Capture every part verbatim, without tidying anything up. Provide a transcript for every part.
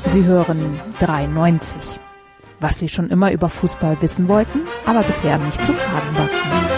Sie hören dreiundneunzig. Was Sie schon immer über Fußball wissen wollten, aber bisher nicht zu fragen wagten.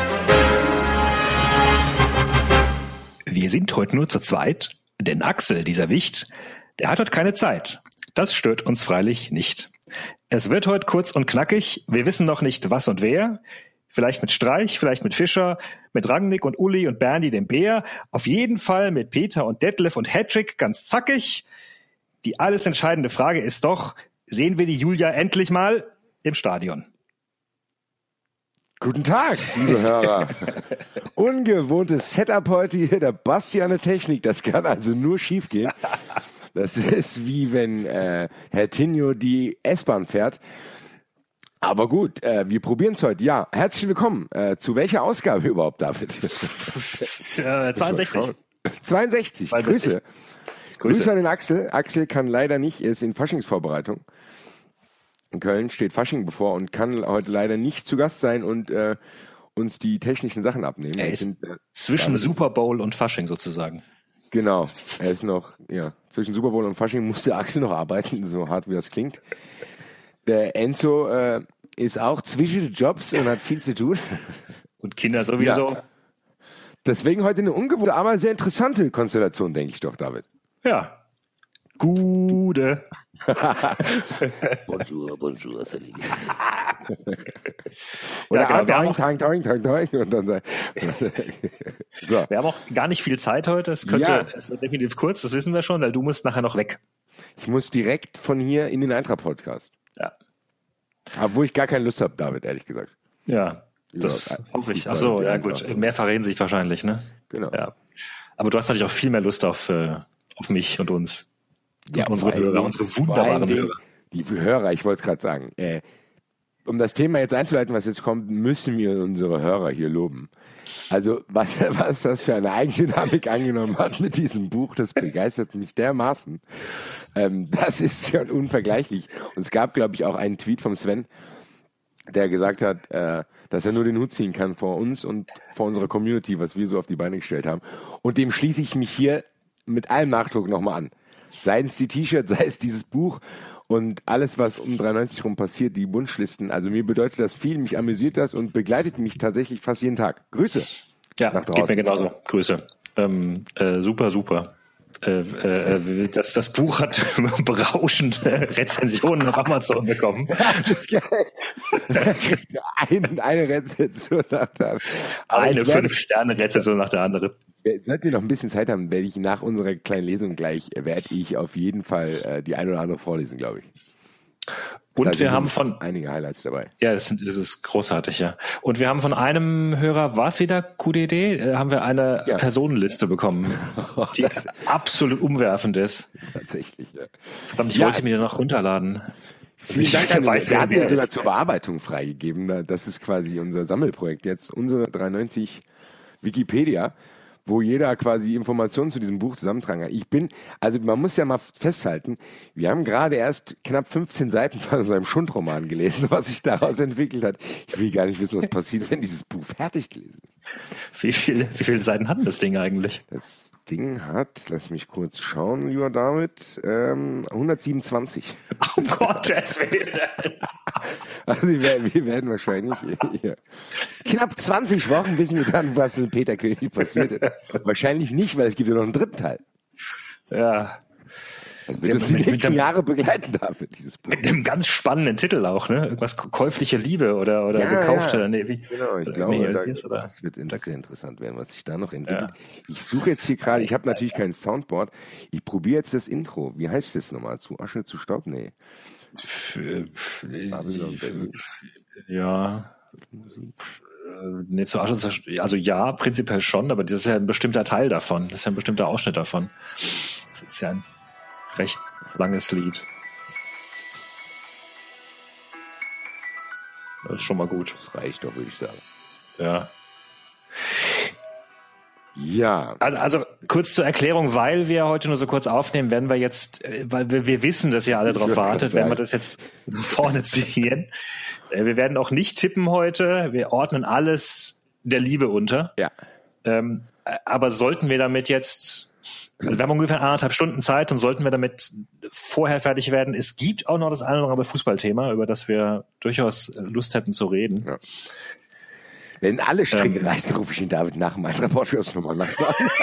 Wir sind heute nur zu zweit, denn Axel, dieser Wicht, der hat heute keine Zeit. Das stört uns freilich nicht. Es wird heute kurz und knackig. Wir wissen noch nicht, was und wer. Vielleicht mit Streich, vielleicht mit Fischer, mit Rangnick und Uli und Bernie dem Bär. Auf jeden Fall mit Peter und Detlef und Hattrick ganz zackig. Die alles entscheidende Frage ist doch, sehen wir die Julia endlich mal im Stadion? Guten Tag, liebe Hörer. Ungewohntes Setup heute hier, der Basti an der Technik. Das kann also nur schief gehen. Das ist wie wenn äh, Herr Tinio die S-Bahn fährt. Aber gut, äh, wir probieren es heute. Ja, herzlich willkommen. Äh, zu welcher Ausgabe überhaupt, David? äh, zweiundsechzig. zweiundsechzig. Grüße. Grüße. Grüße an den Axel. Axel kann leider nicht, er ist in Faschingsvorbereitung. In Köln steht Fasching bevor und kann heute leider nicht zu Gast sein und äh, uns die technischen Sachen abnehmen. Er ist sind, äh, zwischen Super Bowl und Fasching sozusagen. Genau, er ist noch, ja, zwischen Super Bowl und Fasching muss der Axel noch arbeiten, so hart wie das klingt. Der Enzo äh, ist auch zwischen den Jobs und hat viel zu tun. Und Kinder sowieso. Ja. Deswegen heute eine ungewohnte, aber sehr interessante Konstellation, denke ich doch, David. Ja. Gute. Bonjour, bonjour, salut. Oder ja, genau. ah, tang, tang, tang, tang, und dann so. Wir haben auch gar nicht viel Zeit heute. Es könnte, Ja. es wird definitiv kurz, das wissen wir schon, weil du musst nachher noch weg. Ich muss direkt von hier in den Eintracht-Podcast. Ja. Obwohl ich gar keine Lust habe, David, ehrlich gesagt. Ja, das Ja, hoffe ich. Ach so, ja gut, mehrfache Hinsicht wahrscheinlich, ne? Genau. Ja. Aber du hast natürlich auch viel mehr Lust auf, äh, auf mich und uns. Ja, und unsere Hörer, Dingen, unsere wunderbaren Dingen, Hörer. Die Hörer, ich wollte es gerade sagen. Äh, um das Thema jetzt einzuleiten, was jetzt kommt, müssen wir unsere Hörer hier loben. Also was, was das für eine Eigendynamik angenommen hat mit diesem Buch, das begeistert mich dermaßen. Ähm, das ist schon unvergleichlich. Und es gab, glaube ich, auch einen Tweet vom Sven, der gesagt hat, äh, dass er nur den Hut ziehen kann vor uns und vor unserer Community, was wir so auf die Beine gestellt haben. Und dem schließe ich mich hier mit allem Nachdruck nochmal an. Sei es die T-Shirts, sei es dieses Buch und alles, was um dreiundneunzig rum passiert, die Wunschlisten. Also mir bedeutet das viel, mich amüsiert das und begleitet mich tatsächlich fast jeden Tag. Grüße. Ja, geht mir genauso. Grüße. Ähm, äh, super, super. Äh, äh, das, das Buch hat berauschende Rezensionen auf Amazon bekommen. Das ist geil. eine, eine Rezension nach der anderen. Eine Fünf-Sterne-Rezension nach der anderen. Sollten wir noch ein bisschen Zeit haben, werde ich nach unserer kleinen Lesung gleich, werde ich auf jeden Fall äh, die eine oder andere vorlesen, glaube ich. Und da wir haben von einige Highlights dabei. Ja, das, sind, das ist großartig, ja. Und wir haben von einem Hörer, war es wieder Q D D, äh, haben wir eine ja. Personenliste bekommen, die absolut umwerfend ist. Tatsächlich, ja. Verdammt, ich ja. wollte mir die noch runterladen. Vielen ich Dank an weiß, wir wer hatten ja sogar ist. zur Bearbeitung freigegeben. Das ist quasi unser Sammelprojekt jetzt, unsere dreiundneunzig Wikipedia, wo jeder quasi Informationen zu diesem Buch zusammentragen kann. Ich bin, also man muss ja mal festhalten, wir haben gerade erst knapp fünfzehn Seiten von so einem Schundroman gelesen, was sich daraus entwickelt hat. Ich will gar nicht wissen, was passiert, wenn dieses Buch fertig gelesen ist. Wie, viel, wie viele Seiten hat das Ding eigentlich? Das Ding hat, lass mich kurz schauen, lieber David, ähm, hundertsiebenundzwanzig. Um Gottes Willen. Also wir werden, wir werden wahrscheinlich ja, knapp zwanzig Wochen wissen wir dann, was mit Peter König passiert ist. Wahrscheinlich nicht, weil es gibt ja noch einen dritten Teil. Ja. Das wird uns die nächsten Jahre begleiten, David, dieses Buch. Mit einem ganz spannenden Titel auch, ne? Irgendwas käufliche Liebe oder, oder ja, gekaufte. Ja. Nee, wie, genau, ich glaube, nee, da, ist, das wird sehr interessant werden, was sich da noch entwickelt. Ja. Ich suche jetzt hier gerade, ich habe natürlich kein Soundboard, ich probiere jetzt das Intro. Wie heißt das nochmal? Zu Asche, zu Staub? Nee. Für, für, ja. Nee, zu Asche, also ja, prinzipiell schon, aber das ist ja ein bestimmter Teil davon. Das ist ja ein bestimmter Ausschnitt davon. Das ist ja ein recht langes Lied. Das ist schon mal gut. Das reicht doch, würde ich sagen. Ja. Ja. Also, also kurz zur Erklärung, weil wir heute nur so kurz aufnehmen, werden wir jetzt, weil wir, wir wissen, dass ihr alle drauf wartet, werden wir das jetzt vorne ziehen. Wir werden auch nicht tippen heute. Wir ordnen alles der Liebe unter. Ja. Ähm, aber sollten wir damit jetzt, also wir haben ungefähr anderthalb Stunden Zeit und sollten wir damit vorher fertig werden. Es gibt auch noch das eine oder andere Fußballthema, über das wir durchaus Lust hätten zu reden. Ja. Wenn alle Stricke ähm, reißen, rufe ich ihn David nach meiner Podcast nochmal nach.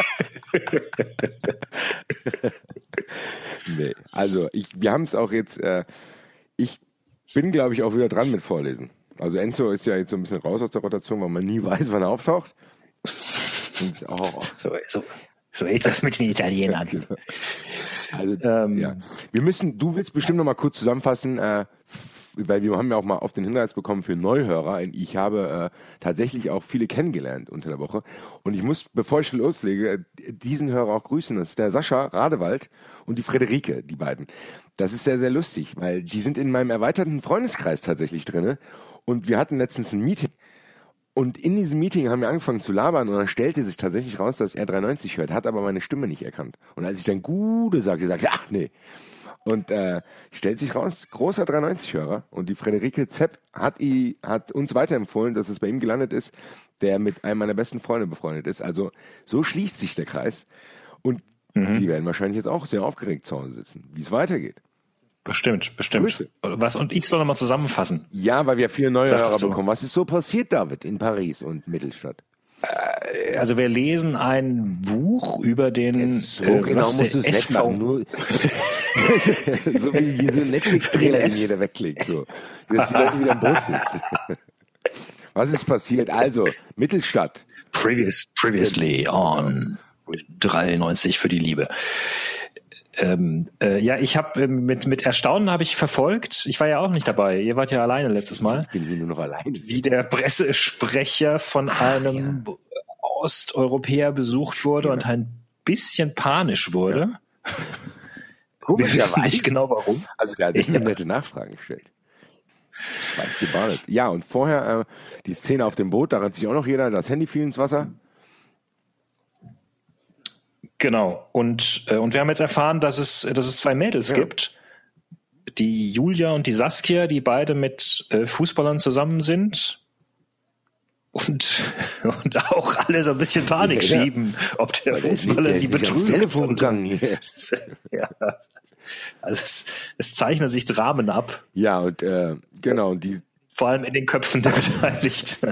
Nee, also ich, wir haben es auch jetzt, äh, ich bin, glaube ich, auch wieder dran mit Vorlesen. Also Enzo ist ja jetzt so ein bisschen raus aus der Rotation, weil man nie weiß, wann er auftaucht. Und, oh. so, so, so ist das mit den Italienern. Also, ähm, ja. Wir müssen, du willst bestimmt noch mal kurz zusammenfassen, äh, weil wir haben ja auch mal auf den Hinweis bekommen für Neuhörer. Ich habe äh, tatsächlich auch viele kennengelernt unter der Woche. Und ich muss, bevor ich loslege, diesen Hörer auch grüßen. Das ist der Sascha Radewald und die Frederike, die beiden. Das ist sehr, sehr lustig, weil die sind in meinem erweiterten Freundeskreis tatsächlich drin. Und wir hatten letztens ein Meeting. Und in diesem Meeting haben wir angefangen zu labern und dann stellte sich tatsächlich raus, dass er drei neunzig hört, hat aber meine Stimme nicht erkannt. Und als ich dann Gude sagte, sagte ich, ach nee. Und äh, stellt sich raus, großer drei neunzig-Hörer. Und die Frederike Zepp hat, i, hat uns weiterempfohlen, dass es bei ihm gelandet ist, der mit einem meiner besten Freunde befreundet ist. Also so schließt sich der Kreis. Und mhm. sie werden wahrscheinlich jetzt auch sehr aufgeregt zu Hause sitzen, wie es weitergeht. Bestimmt, bestimmt. Grüße. Was, und ich soll nochmal zusammenfassen. Ja, weil wir viele neue Hörer bekommen. Was ist so passiert, David, in Paris und Mittelstadt? Also wir lesen ein Buch über den so äh, genau was musst du es nicht machen, nur so wie, wie so ein Netflix-Trailer, den jeder wegklickt, so. Dass die Leute wieder im Boot sind. Was ist passiert? Also, Mittelstadt. Previous, previously on drei neunzig für die Liebe. Ähm, äh, ja, ich habe äh, mit mit Erstaunen habe ich verfolgt. Ich war ja auch nicht dabei. Ihr wart ja alleine letztes Mal. Ich bin hier nur noch allein. Wie der Pressesprecher von Ach, einem ja. Osteuropäer besucht wurde ja. und ein bisschen panisch wurde. Ja. Wir wissen nicht genau warum. Also der hat ja. eine nette Nachfrage gestellt. Ich weiß gebadet. Ja, und vorher äh, die Szene auf dem Boot, da rennt sich auch noch jeder, das Handy fiel ins Wasser. Genau. Und, äh, und wir haben jetzt erfahren, dass es, dass es zwei Mädels ja. gibt. Die Julia und die Saskia, die beide mit äh, Fußballern zusammen sind. Und, und auch alle so ein bisschen Panik ja, schieben, ob der Weil Fußballer sie betrügt. Telefon ja. Also es, es zeichnen sich Dramen ab. Ja, und äh, genau. Und die vor allem in den Köpfen der Beteiligten.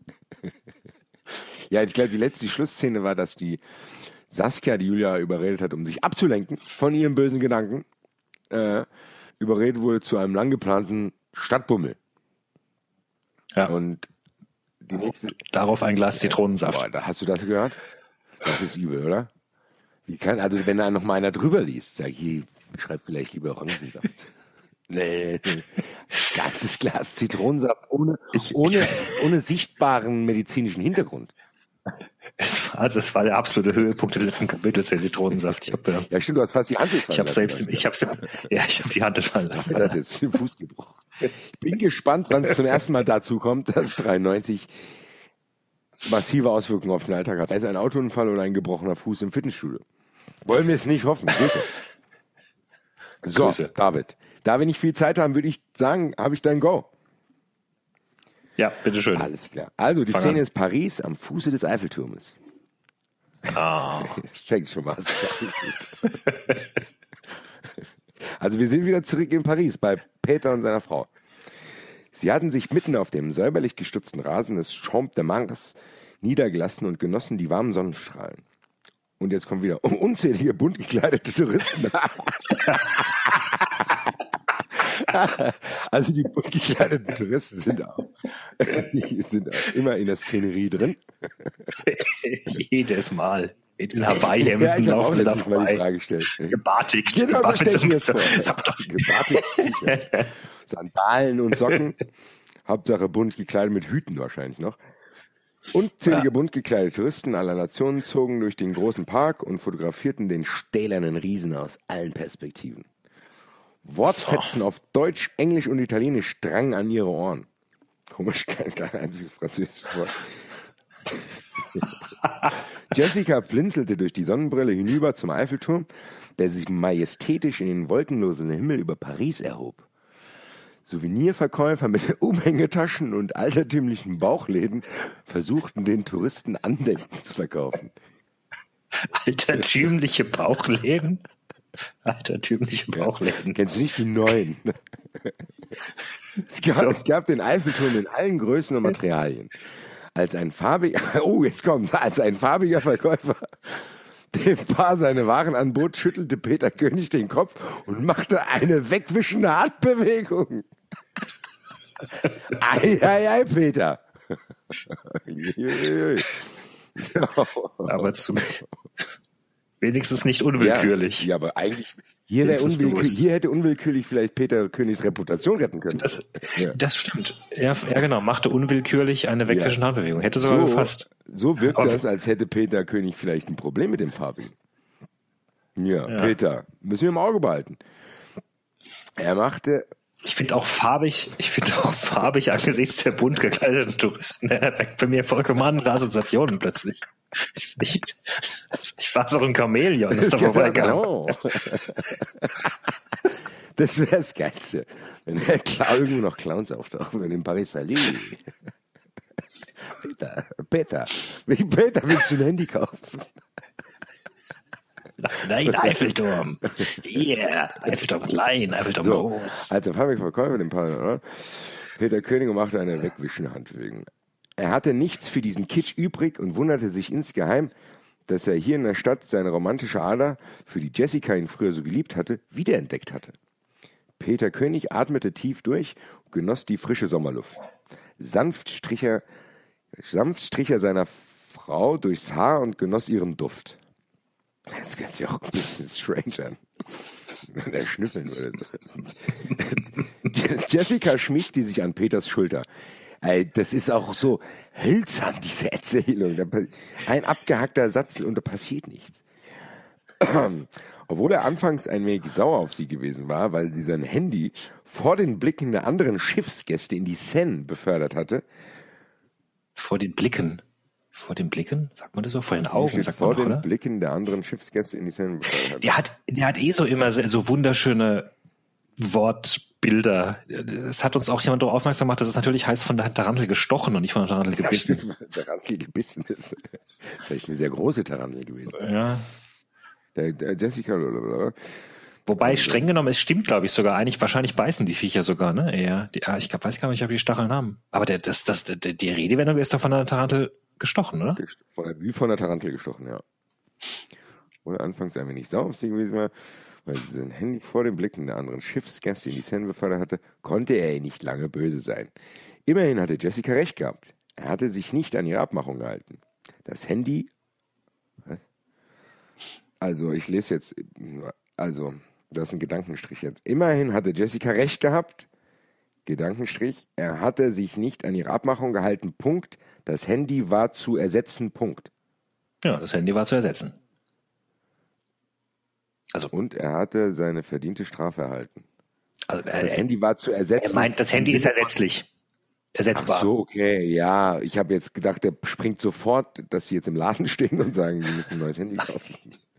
Ja, ich glaube, die letzte Schlussszene war, dass die Saskia, die Julia überredet hat, um sich abzulenken von ihren bösen Gedanken, äh, überredet wurde zu einem lang geplanten Stadtbummel. Ja. Und die nächste... Darauf ein Glas Zitronensaft. Boah, da hast du das gehört? Das ist übel, oder? Wie kann, also wenn da noch mal einer drüber liest, sag ich, schreib vielleicht lieber Orangensaft. Nee, ganzes Glas Zitronensaft ohne, ohne, ohne sichtbaren medizinischen Hintergrund. Es war, also es war der absolute Höhepunkt des letzten Kapitels, der Zitronensaft. Ich hab, ja, ja, stimmt, du hast fast die Hand fallen Ich habe selbst, ich habe, ja, ich habe die Hand fallen lassen. Das ist den Fuß gebrochen. Ich bin gespannt, wann es zum ersten Mal dazu kommt, dass drei neunzig massive Auswirkungen auf den Alltag hat. Sei es ein Autounfall oder ein gebrochener Fuß im Fitnessstudio. Wollen wir es nicht hoffen. Grüße. So, Grüße. David. Da wir nicht viel Zeit haben, würde ich sagen, habe ich dein Go. Ja, bitteschön. Alles klar. Also, die Fang Szene an. ist Paris am Fuße des Eiffelturmes. Ah. Oh. Fängt schon mal an. Also, wir sind wieder zurück in Paris bei Peter und seiner Frau. Sie hatten sich mitten auf dem säuberlich gestutzten Rasen des Champ de Mars niedergelassen und genossen die warmen Sonnenstrahlen. Und jetzt kommen wieder unzählige bunt gekleidete Touristen. Also die bunt gekleideten Touristen sind auch, sind auch immer in der Szenerie drin. Jedes Mal. In Hawaii-Hemden ja, ich habe auch letztes Mal die Frage gestellt. Gebartigt. Genau, gebartigt so stelle ich mir jetzt vor. Gebartigt. Sandalen und Socken. Hauptsache bunt gekleidet mit Hüten wahrscheinlich noch. Unzählige ja. bunt gekleidete Touristen aller Nationen zogen durch den großen Park und fotografierten den stählernen Riesen aus allen Perspektiven. Wortfetzen oh. auf Deutsch, Englisch und Italienisch drangen an ihre Ohren. Komisch, kein, kein einziges französisches Wort. Jessica blinzelte durch die Sonnenbrille hinüber zum Eiffelturm, der sich majestätisch in den wolkenlosen Himmel über Paris erhob. Souvenirverkäufer mit Umhängetaschen und altertümlichen Bauchläden versuchten den Touristen Andenken zu verkaufen. Altertümliche Bauchläden? Altertümliche Bauchläden. Kennst du nicht die neuen? es, gab, so. es gab den Eiffelturm in allen Größen und Materialien. Als ein farbiger, oh, jetzt kommt's, als ein farbiger Verkäufer dem Paar seine Waren anbot, schüttelte Peter König den Kopf und machte eine wegwischende Handbewegung. Ei, ei, ei, Peter. Aber zu, wenigstens nicht unwillkürlich. Ja, ja, aber eigentlich hier, unwillkür, hier hätte unwillkürlich vielleicht Peter Königs Reputation retten können. Das, ja. das stimmt. Ja, ja, genau. Machte unwillkürlich eine wegwischende ja. Handbewegung. Hätte sogar so, gepasst. So wirkt Auf, das, als hätte Peter König vielleicht ein Problem mit dem Farbigen. Ja, ja, Peter, müssen wir im Auge behalten. Er machte... Ich finde auch farbig, ich finde auch farbig angesichts der bunt gekleideten Touristen, er weckt bei mir vollkommen andere Assoziationen plötzlich. Ich, ich war so ein Chamäleon, ist da vorbeigegangen. Das wäre das Geilste, wenn der klar irgendwo noch Clowns auftauchen, wenn in Paris Salut. Peter, Peter, Peter, willst du ein Handy kaufen? Nein, Eiffelturm. Yeah, Eiffelturm klein, Eiffelturm so, groß. Als der Fabrikverkäufer den Paar, Peter König machte eine wegwischende Handbewegung. Er hatte nichts für diesen Kitsch übrig und wunderte sich insgeheim, dass er hier in der Stadt seine romantische Ader, für die Jessica ihn früher so geliebt hatte, wiederentdeckt hatte. Peter König atmete tief durch und genoss die frische Sommerluft. Sanft strich er, sanft strich er seiner Frau durchs Haar und genoss ihren Duft. Das hört sich auch ein bisschen strange an. Wenn er schnüffeln würde. Jessica schmiegte sich an Peters Schulter. Das ist auch so hölzern, diese Erzählung. Ein abgehackter Satz und da passiert nichts. Obwohl er anfangs ein wenig sauer auf sie gewesen war, weil sie sein Handy vor den Blicken der anderen Schiffsgäste in die Seine befördert hatte. Vor den Blicken? Vor den Blicken? Sagt man das so? Vor den Augen? Sagt vor man den noch, oder? Blicken der anderen Schiffsgäste in die Seine befördert hatte. Der hat, der hat eh so immer so wunderschöne Wortbilder. Es hat uns auch jemand darauf aufmerksam gemacht, dass es natürlich heißt von der Tarantel gestochen und nicht von der Tarantel gebissen. Tarantel gebissen ist vielleicht eine sehr große Tarantel gewesen. Ja. Der, der Jessica. Blablabla. Wobei streng genommen, es stimmt, glaube ich, sogar eigentlich. Wahrscheinlich beißen die Viecher sogar, ne? Ja, die, ich glaub, weiß gar nicht, ob die Stacheln haben. Aber der, das, das, der, die Redewendung ist doch von der Tarantel gestochen, oder? Von der, wie von der Tarantel gestochen, ja. Oder anfangs ein wenig sauer auf sie gewesen war, weil sie sein Handy vor den Blicken der anderen Schiffsgäste in die Seine befördert hatte, konnte er nicht lange böse sein. Immerhin hatte Jessica recht gehabt. Er hatte sich nicht an ihre Abmachung gehalten. Das Handy... Also, ich lese jetzt... Also, das ist ein Gedankenstrich jetzt. Immerhin hatte Jessica recht gehabt. Gedankenstrich. Er hatte sich nicht an ihre Abmachung gehalten. Punkt. Das Handy war zu ersetzen. Punkt. Ja, das Handy war zu ersetzen. Also, und er hatte seine verdiente Strafe erhalten. Also, das äh, Handy war zu ersetzen. Er meint, das Handy ist ersetzlich. Ersetzbar. Ach so, okay, ja. Ich habe jetzt gedacht, der springt sofort, dass sie jetzt im Laden stehen und sagen, sie müssen ein neues Handy kaufen.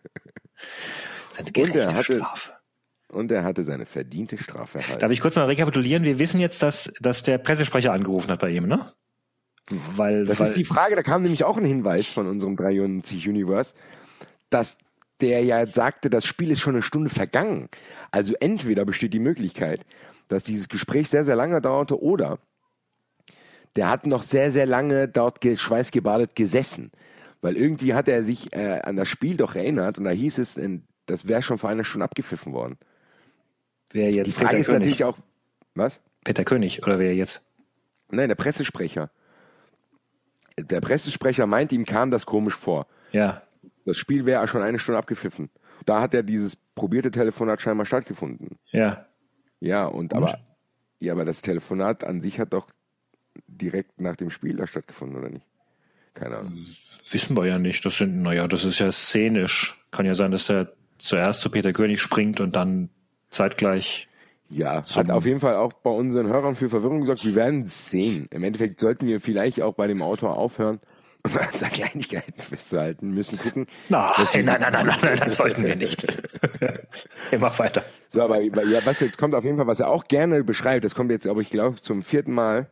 Und er, hatte, und er hatte seine verdiente Strafe erhalten. Darf ich kurz mal rekapitulieren? Wir wissen jetzt, dass, dass der Pressesprecher angerufen hat bei ihm, ne? Weil, das weil, ist die Frage, da kam nämlich auch ein Hinweis von unserem dreiundneunzig Universe, dass der ja sagte, das Spiel ist schon eine Stunde vergangen. Also entweder besteht die Möglichkeit, dass dieses Gespräch sehr, sehr lange dauerte, oder der hat noch sehr, sehr lange dort schweißgebadet gesessen. Weil irgendwie hat er sich äh, an das Spiel doch erinnert und da hieß es, das wäre schon vor einer Stunde abgepfiffen worden. Wer jetzt? Die Frage Peter ist König. natürlich auch, was? Peter König, oder wer jetzt? Nein, der Pressesprecher. Der Pressesprecher meint, ihm kam das komisch vor. Ja. Das Spiel wäre schon eine Stunde abgepfiffen. Da hat ja dieses probierte Telefonat scheinbar stattgefunden. Ja. Ja, und, und? aber ja, aber das Telefonat an sich hat doch direkt nach dem Spiel da stattgefunden, oder nicht? Keine Ahnung. Wissen wir ja nicht. Das sind, naja, das ist ja szenisch. Kann ja sein, dass der zuerst zu Peter König springt und dann zeitgleich. Ja, hat auf jeden Fall auch bei unseren Hörern für Verwirrung gesorgt. Wir werden es sehen. Im Endeffekt sollten wir vielleicht auch bei dem Autor aufhören und an seinen Kleinigkeiten festzuhalten, müssen gucken. Nein, nein, nein, nein, nein, nein, das sollten wir nicht. Okay, mach weiter. So, aber ja, was jetzt kommt auf jeden Fall, was er auch gerne beschreibt, das kommt jetzt, aber ich glaube, zum vierten Mal.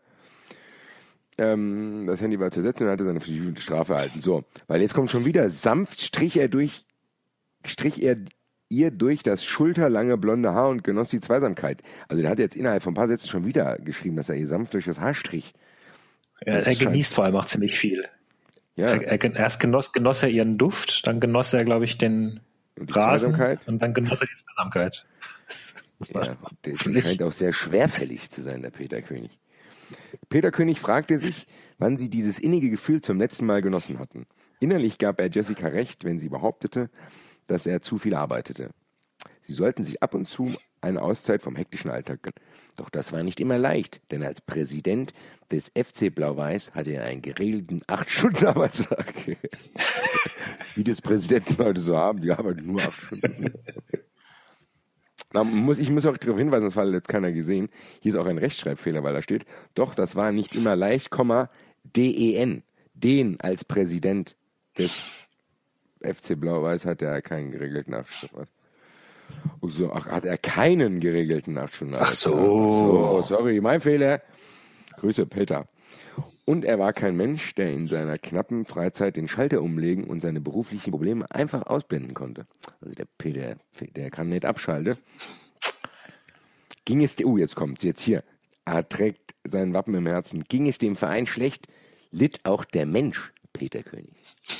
Ähm, das Handy war zu ersetzen und er hatte seine Strafe erhalten. So, weil jetzt kommt schon wieder, sanft strich er durch, strich er ihr durch das schulterlange blonde Haar und genoss die Zweisamkeit. Also der hat jetzt innerhalb von ein paar Sätzen schon wieder geschrieben, dass er ihr sanft durch das Haar strich. Ja, er genießt vor allem auch ziemlich viel. Ja. Er, er, erst genoss, genoss er ihren Duft, dann genoss er, glaube ich, den Und die Rasen Zweisamkeit? und dann genoss er die Zweisamkeit. Ja, der scheint auch sehr schwerfällig zu sein, der Peter König. Peter König fragte sich, wann sie dieses innige Gefühl zum letzten Mal genossen hatten. Innerlich gab er Jessica recht, wenn sie behauptete, dass er zu viel arbeitete. Sie sollten sich ab und zu eine Auszeit vom hektischen Alltag gönnen. Doch das war nicht immer leicht, denn als Präsident des F C Blau-Weiß hatte er einen geregelten acht Stunden Arbeitstag. Wie das Präsidenten heute so haben, die arbeiten nur acht Stunden. Na, muss, ich muss auch darauf hinweisen, das hat jetzt keiner gesehen, hier ist auch ein Rechtschreibfehler, weil da steht, doch, das war nicht immer leicht, D E N. Den als Präsident des F C Blau-Weiß hat er keinen geregelten acht Stunden. So, ach, hat er keinen geregelten acht Stunden. Ach so. so. Sorry, mein Fehler. Grüße, Peter. Und er war kein Mensch, der in seiner knappen Freizeit den Schalter umlegen und seine beruflichen Probleme einfach ausblenden konnte. Also der Peter, der kann nicht abschalten. Ging es, uh, jetzt kommt's, jetzt hier. Er trägt sein Wappen im Herzen. Ging es dem Verein schlecht, litt auch der Mensch Peter König.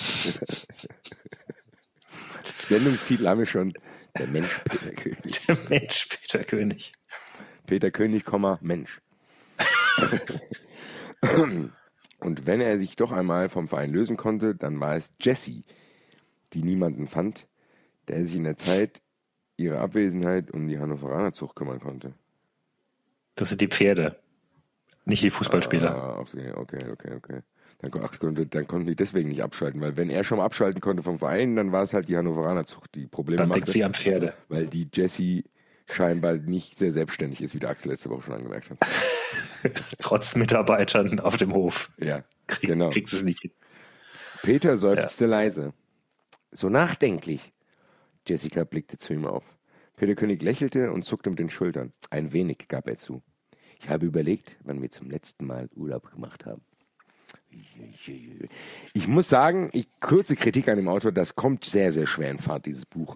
Sendungstitel haben wir schon. Der Mensch Peter König. Der Mensch Peter König. Peter König, Mensch. Und wenn er sich doch einmal vom Verein lösen konnte, dann war es Jessie, die niemanden fand, der sich in der Zeit ihrer Abwesenheit um die Hannoveraner Zucht kümmern konnte. Das sind die Pferde, nicht die Fußballspieler. Ah, okay, okay, okay, okay. Dann, ach, dann konnten die deswegen nicht abschalten, weil wenn er schon mal abschalten konnte vom Verein, dann war es halt die Hannoveraner Zucht, die Probleme dann machte. denkt sie an Pferde. Weil die Jessie scheinbar nicht sehr selbstständig ist, wie der Axel letzte Woche schon angemerkt hat. Trotz Mitarbeitern auf dem Hof. Ja, Krieg, genau. Kriegt es nicht hin. Peter seufzte ja. leise. So nachdenklich. Jessica blickte zu ihm auf. Peter König lächelte und zuckte mit den Schultern. Ein wenig gab er zu. Ich habe überlegt, wann wir zum letzten Mal Urlaub gemacht haben. Ich muss sagen, ich, kurze Kritik an dem Autor, das kommt sehr, sehr schwer in Fahrt, dieses Buch.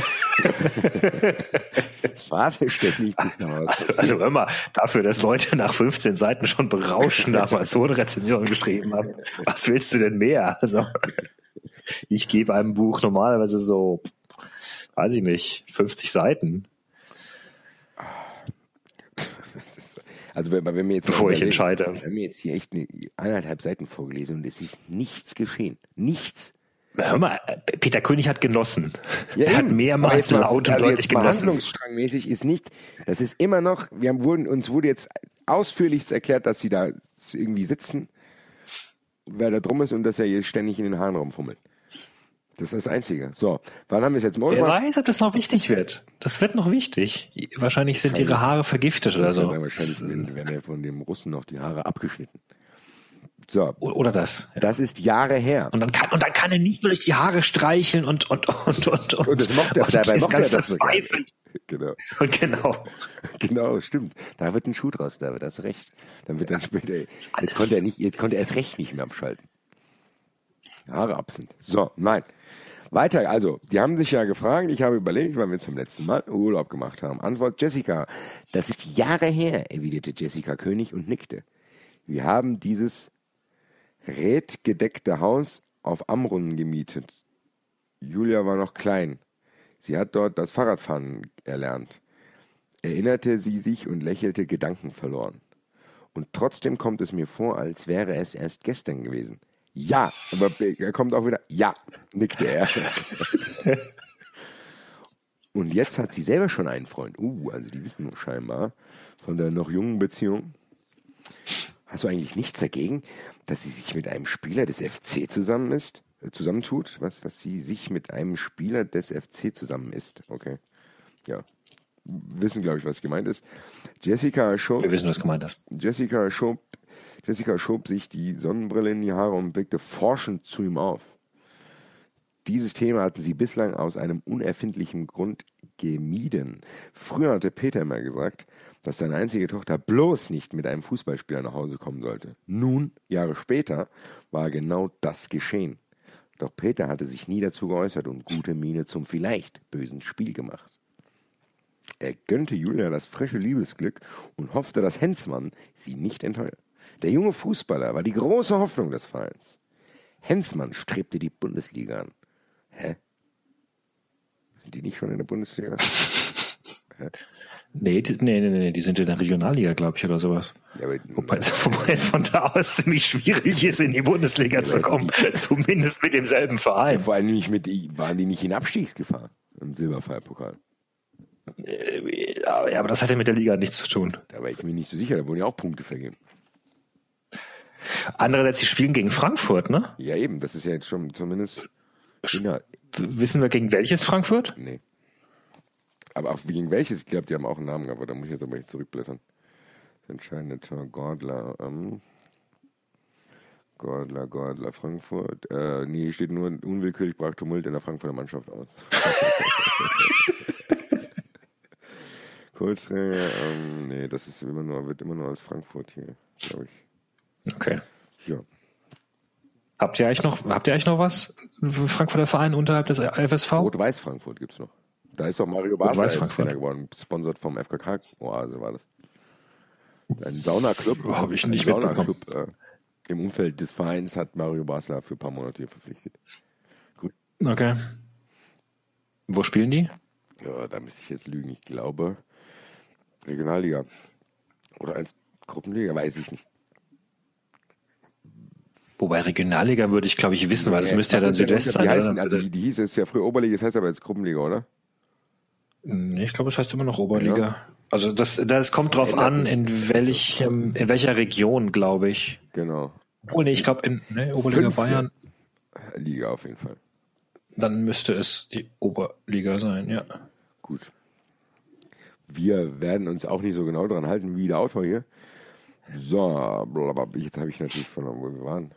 Warte ständig bis nach Hause. Also hör mal, dafür, dass Leute nach fünfzehn Seiten schon berauschend Amazon-Rezensionen geschrieben haben, was willst du denn mehr? Also, ich gebe einem Buch normalerweise so, weiß ich nicht, fünfzig Seiten. Also wenn, wenn wir jetzt bevor ich entscheide. Wir haben jetzt hier echt eine, eineinhalb Seiten vorgelesen und es ist nichts geschehen. Nichts. Hör mal, Peter König hat genossen. Ja, er hat mehrmals mal, laut und also deutlich genossen. Handlungsstrangmäßig ist nicht, das ist immer noch, wir haben, wurden, uns wurde jetzt ausführlich erklärt, dass sie da irgendwie sitzen, wer da drum ist und dass er hier ständig in den Haaren rumfummelt. Das ist das Einzige. So, wann haben wir es jetzt morgen? Wer weiß, ob das noch wichtig wird. Das wird noch wichtig. Wahrscheinlich sind ihre Haare vergiftet oder so. Wahrscheinlich werden ja von dem Russen noch die Haare abgeschnitten. So. Oder das. Ja. Das ist Jahre her. Und dann kann, und dann kann er nicht nur durch die Haare streicheln und, und, und, und, und. Und das mochte er, dabei ist mochte ganz er das verzweifelt. Genau. Und genau. Genau, stimmt. Da wird ein Schuh draus, David, hast recht. Dann wird dann später, jetzt konnte er nicht, jetzt konnte er erst recht nicht mehr abschalten. Haare ab sind. So, nein. Weiter, also, die haben sich ja gefragt, ich habe überlegt, wann wir zum letzten Mal Urlaub gemacht haben. Antwort Jessica, das ist Jahre her, erwiderte Jessica König und nickte. Wir haben dieses rädgedeckte Haus auf Amrum gemietet. Julia war noch klein. Sie hat dort das Fahrradfahren erlernt. Erinnerte sie sich und lächelte gedankenverloren. Und trotzdem kommt es mir vor, als wäre es erst gestern gewesen. Ja, aber er kommt auch wieder, ja, nickte er. Und jetzt hat sie selber schon einen Freund. Uh, also die wissen scheinbar von der noch jungen Beziehung. Hast du eigentlich nichts dagegen, dass sie sich mit einem Spieler des F C zusammen ist, äh, zusammentut? Was? Dass sie sich mit einem Spieler des F C zusammen ist? Okay. Ja. Wissen, glaube ich, was gemeint ist. Jessica schob. Wir wissen, was gemeint ist. Jessica schob Jessica schob sich die Sonnenbrille in die Haare und blickte forschend zu ihm auf. Dieses Thema hatten sie bislang aus einem unerfindlichen Grund gemieden. Früher hatte Peter immer gesagt, dass seine einzige Tochter bloß nicht mit einem Fußballspieler nach Hause kommen sollte. Nun, Jahre später, war genau das geschehen. Doch Peter hatte sich nie dazu geäußert und gute Miene zum vielleicht bösen Spiel gemacht. Er gönnte Julia das frische Liebesglück und hoffte, dass Hensmann sie nicht enttäuscht. Der junge Fußballer war die große Hoffnung des Vereins. Hensmann strebte die Bundesliga an. Hä? Sind die nicht schon in der Bundesliga? Hä? Nee, die, nee, nee, nee, die sind in der Regionalliga, glaube ich, oder sowas. Ja, aber, wobei, wobei es von da aus ziemlich schwierig ist, in die Bundesliga ja, zu kommen. Die, zumindest mit demselben Verein. Ja, vor allem nicht mit, waren die nicht in Abstiegsgefahr im Silberpfeilpokal? Ja, aber das hatte mit der Liga nichts zu tun. Da war ich mir nicht so sicher, da wurden ja auch Punkte vergeben. Andererseits, die spielen gegen Frankfurt, ne? Ja, eben, das ist ja jetzt schon zumindest... Ja. Wissen wir gegen welches Frankfurt? Nee. Aber auch gegen welches? Ich glaube, die haben auch einen Namen gehabt, da muss ich jetzt aber nicht zurückblättern. Das entscheidende Tor, Gordler, ähm... Gordler, Gordler, Frankfurt. Äh, nee, steht nur unwillkürlich brach Tumult in der Frankfurter Mannschaft aus. Kohlträger, ähm, nee, das ist immer nur, wird immer nur als Frankfurt hier, glaube ich. Okay. Ja. Habt ihr eigentlich noch, habt ihr eigentlich noch was? Frankfurter Verein unterhalb des F S V? Rot-Weiß Frankfurt gibt's noch. Da ist doch Mario Basler jetzt Trainer geworden, sponsert vom F K K-Oase war das. Ein Saunaclub. Habe ich nicht ein Saunaclub äh, im Umfeld des Vereins hat Mario Basler für ein paar Monate hier verpflichtet. Gut. Okay. Wo spielen die? Ja, da müsste ich jetzt lügen. Ich glaube Regionalliga. Oder als Gruppenliga, weiß ich nicht. Wobei Regionalliga würde ich, glaube ich, wissen, weil das ja, müsste ja dann Südwest sein. Die, heißen, also die, die hieß jetzt ja früher Oberliga, das heißt aber jetzt Gruppenliga, oder? Nee, ich glaube, es heißt immer noch Oberliga. Ja. Also das, das kommt drauf an, in welchem, in welcher Region, glaube ich. Genau. Obwohl, nee, ich glaube in ne, Oberliga Fünfte Bayern. Liga auf jeden Fall. Dann müsste es die Oberliga sein, ja. Gut. Wir werden uns auch nicht so genau dran halten wie der Autor hier. So, blablabla. Jetzt habe ich natürlich verloren, wo wir waren.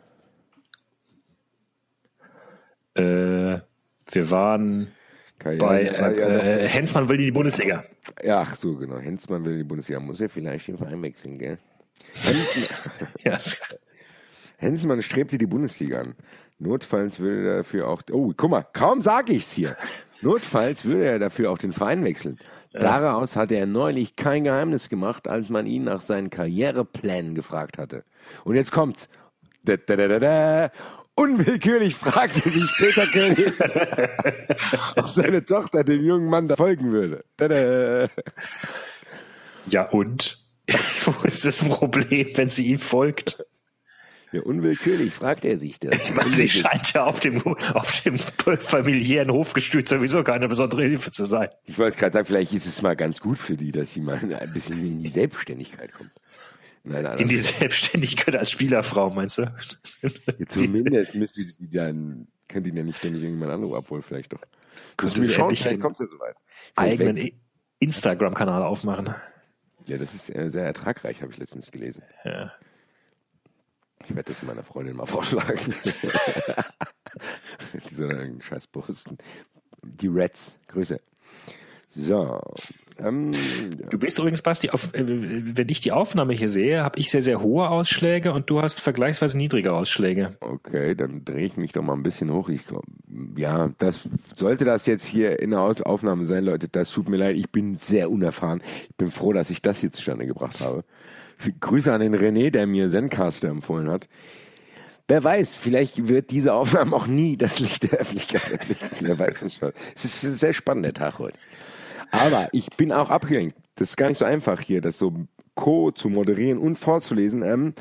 Äh, wir waren Keine bei äh, äh, Hensmann will in die Bundesliga. Ja, ach so, genau. Hensmann will in die Bundesliga. Muss er vielleicht den Verein wechseln, gell? Ja. Hensmann strebte die Bundesliga an. Notfalls würde er dafür auch... Oh, guck mal, kaum sage ich's hier. Notfalls würde er dafür auch den Verein wechseln. Ja. Daraus hatte er neulich kein Geheimnis gemacht, als man ihn nach seinen Karriereplänen gefragt hatte. Und jetzt kommt's. Da, da, da, da, da. Unwillkürlich fragte sich Peter König, ob seine Tochter dem jungen Mann da folgen würde. Da, da. Ja und? Wo ist das Problem, wenn sie ihm folgt? Ja, unwillkürlich fragt er sich das. Ich meine, sie scheint ja auf dem, auf dem familiären Hofgestüt sowieso keine besondere Hilfe zu sein. Ich wollte gerade sagen, vielleicht ist es mal ganz gut für die, dass sie mal ein bisschen in die Selbstständigkeit kommt. Nein, in die Selbstständigkeit als Spielerfrau, meinst du? Ja, zumindest müsste die dann, kann die ja nicht ständig irgendjemand anrufen, obwohl vielleicht doch. Könnte sie endlich vielleicht kommt es ja soweit. Eigenen Instagram-Kanal aufmachen. Ja, das ist sehr ertragreich, habe ich letztens gelesen. Ja. Ich werde das meiner Freundin mal vorschlagen. Die sollen einen Scheiß posten. Die Reds, Grüße. So. Ähm, ja. Du bist übrigens, Basti, auf, wenn ich die Aufnahme hier sehe, habe ich sehr, sehr hohe Ausschläge und du hast vergleichsweise niedrige Ausschläge. Okay, dann drehe ich mich doch mal ein bisschen hoch. Ich, ja, das sollte das jetzt hier in der Aufnahme sein, Leute, das tut mir leid, ich bin sehr unerfahren. Ich bin froh, dass ich das hier zustande gebracht habe. Grüße an den René, der mir Zencaster empfohlen hat. Wer weiß, vielleicht wird diese Aufnahme auch nie das Licht der Öffentlichkeit erblicken. Wer weiß es schon. Es ist ein sehr spannender Tag heute. Aber ich bin auch abgelenkt. Das ist gar nicht so einfach hier, das so co zu moderieren und vorzulesen, ähm,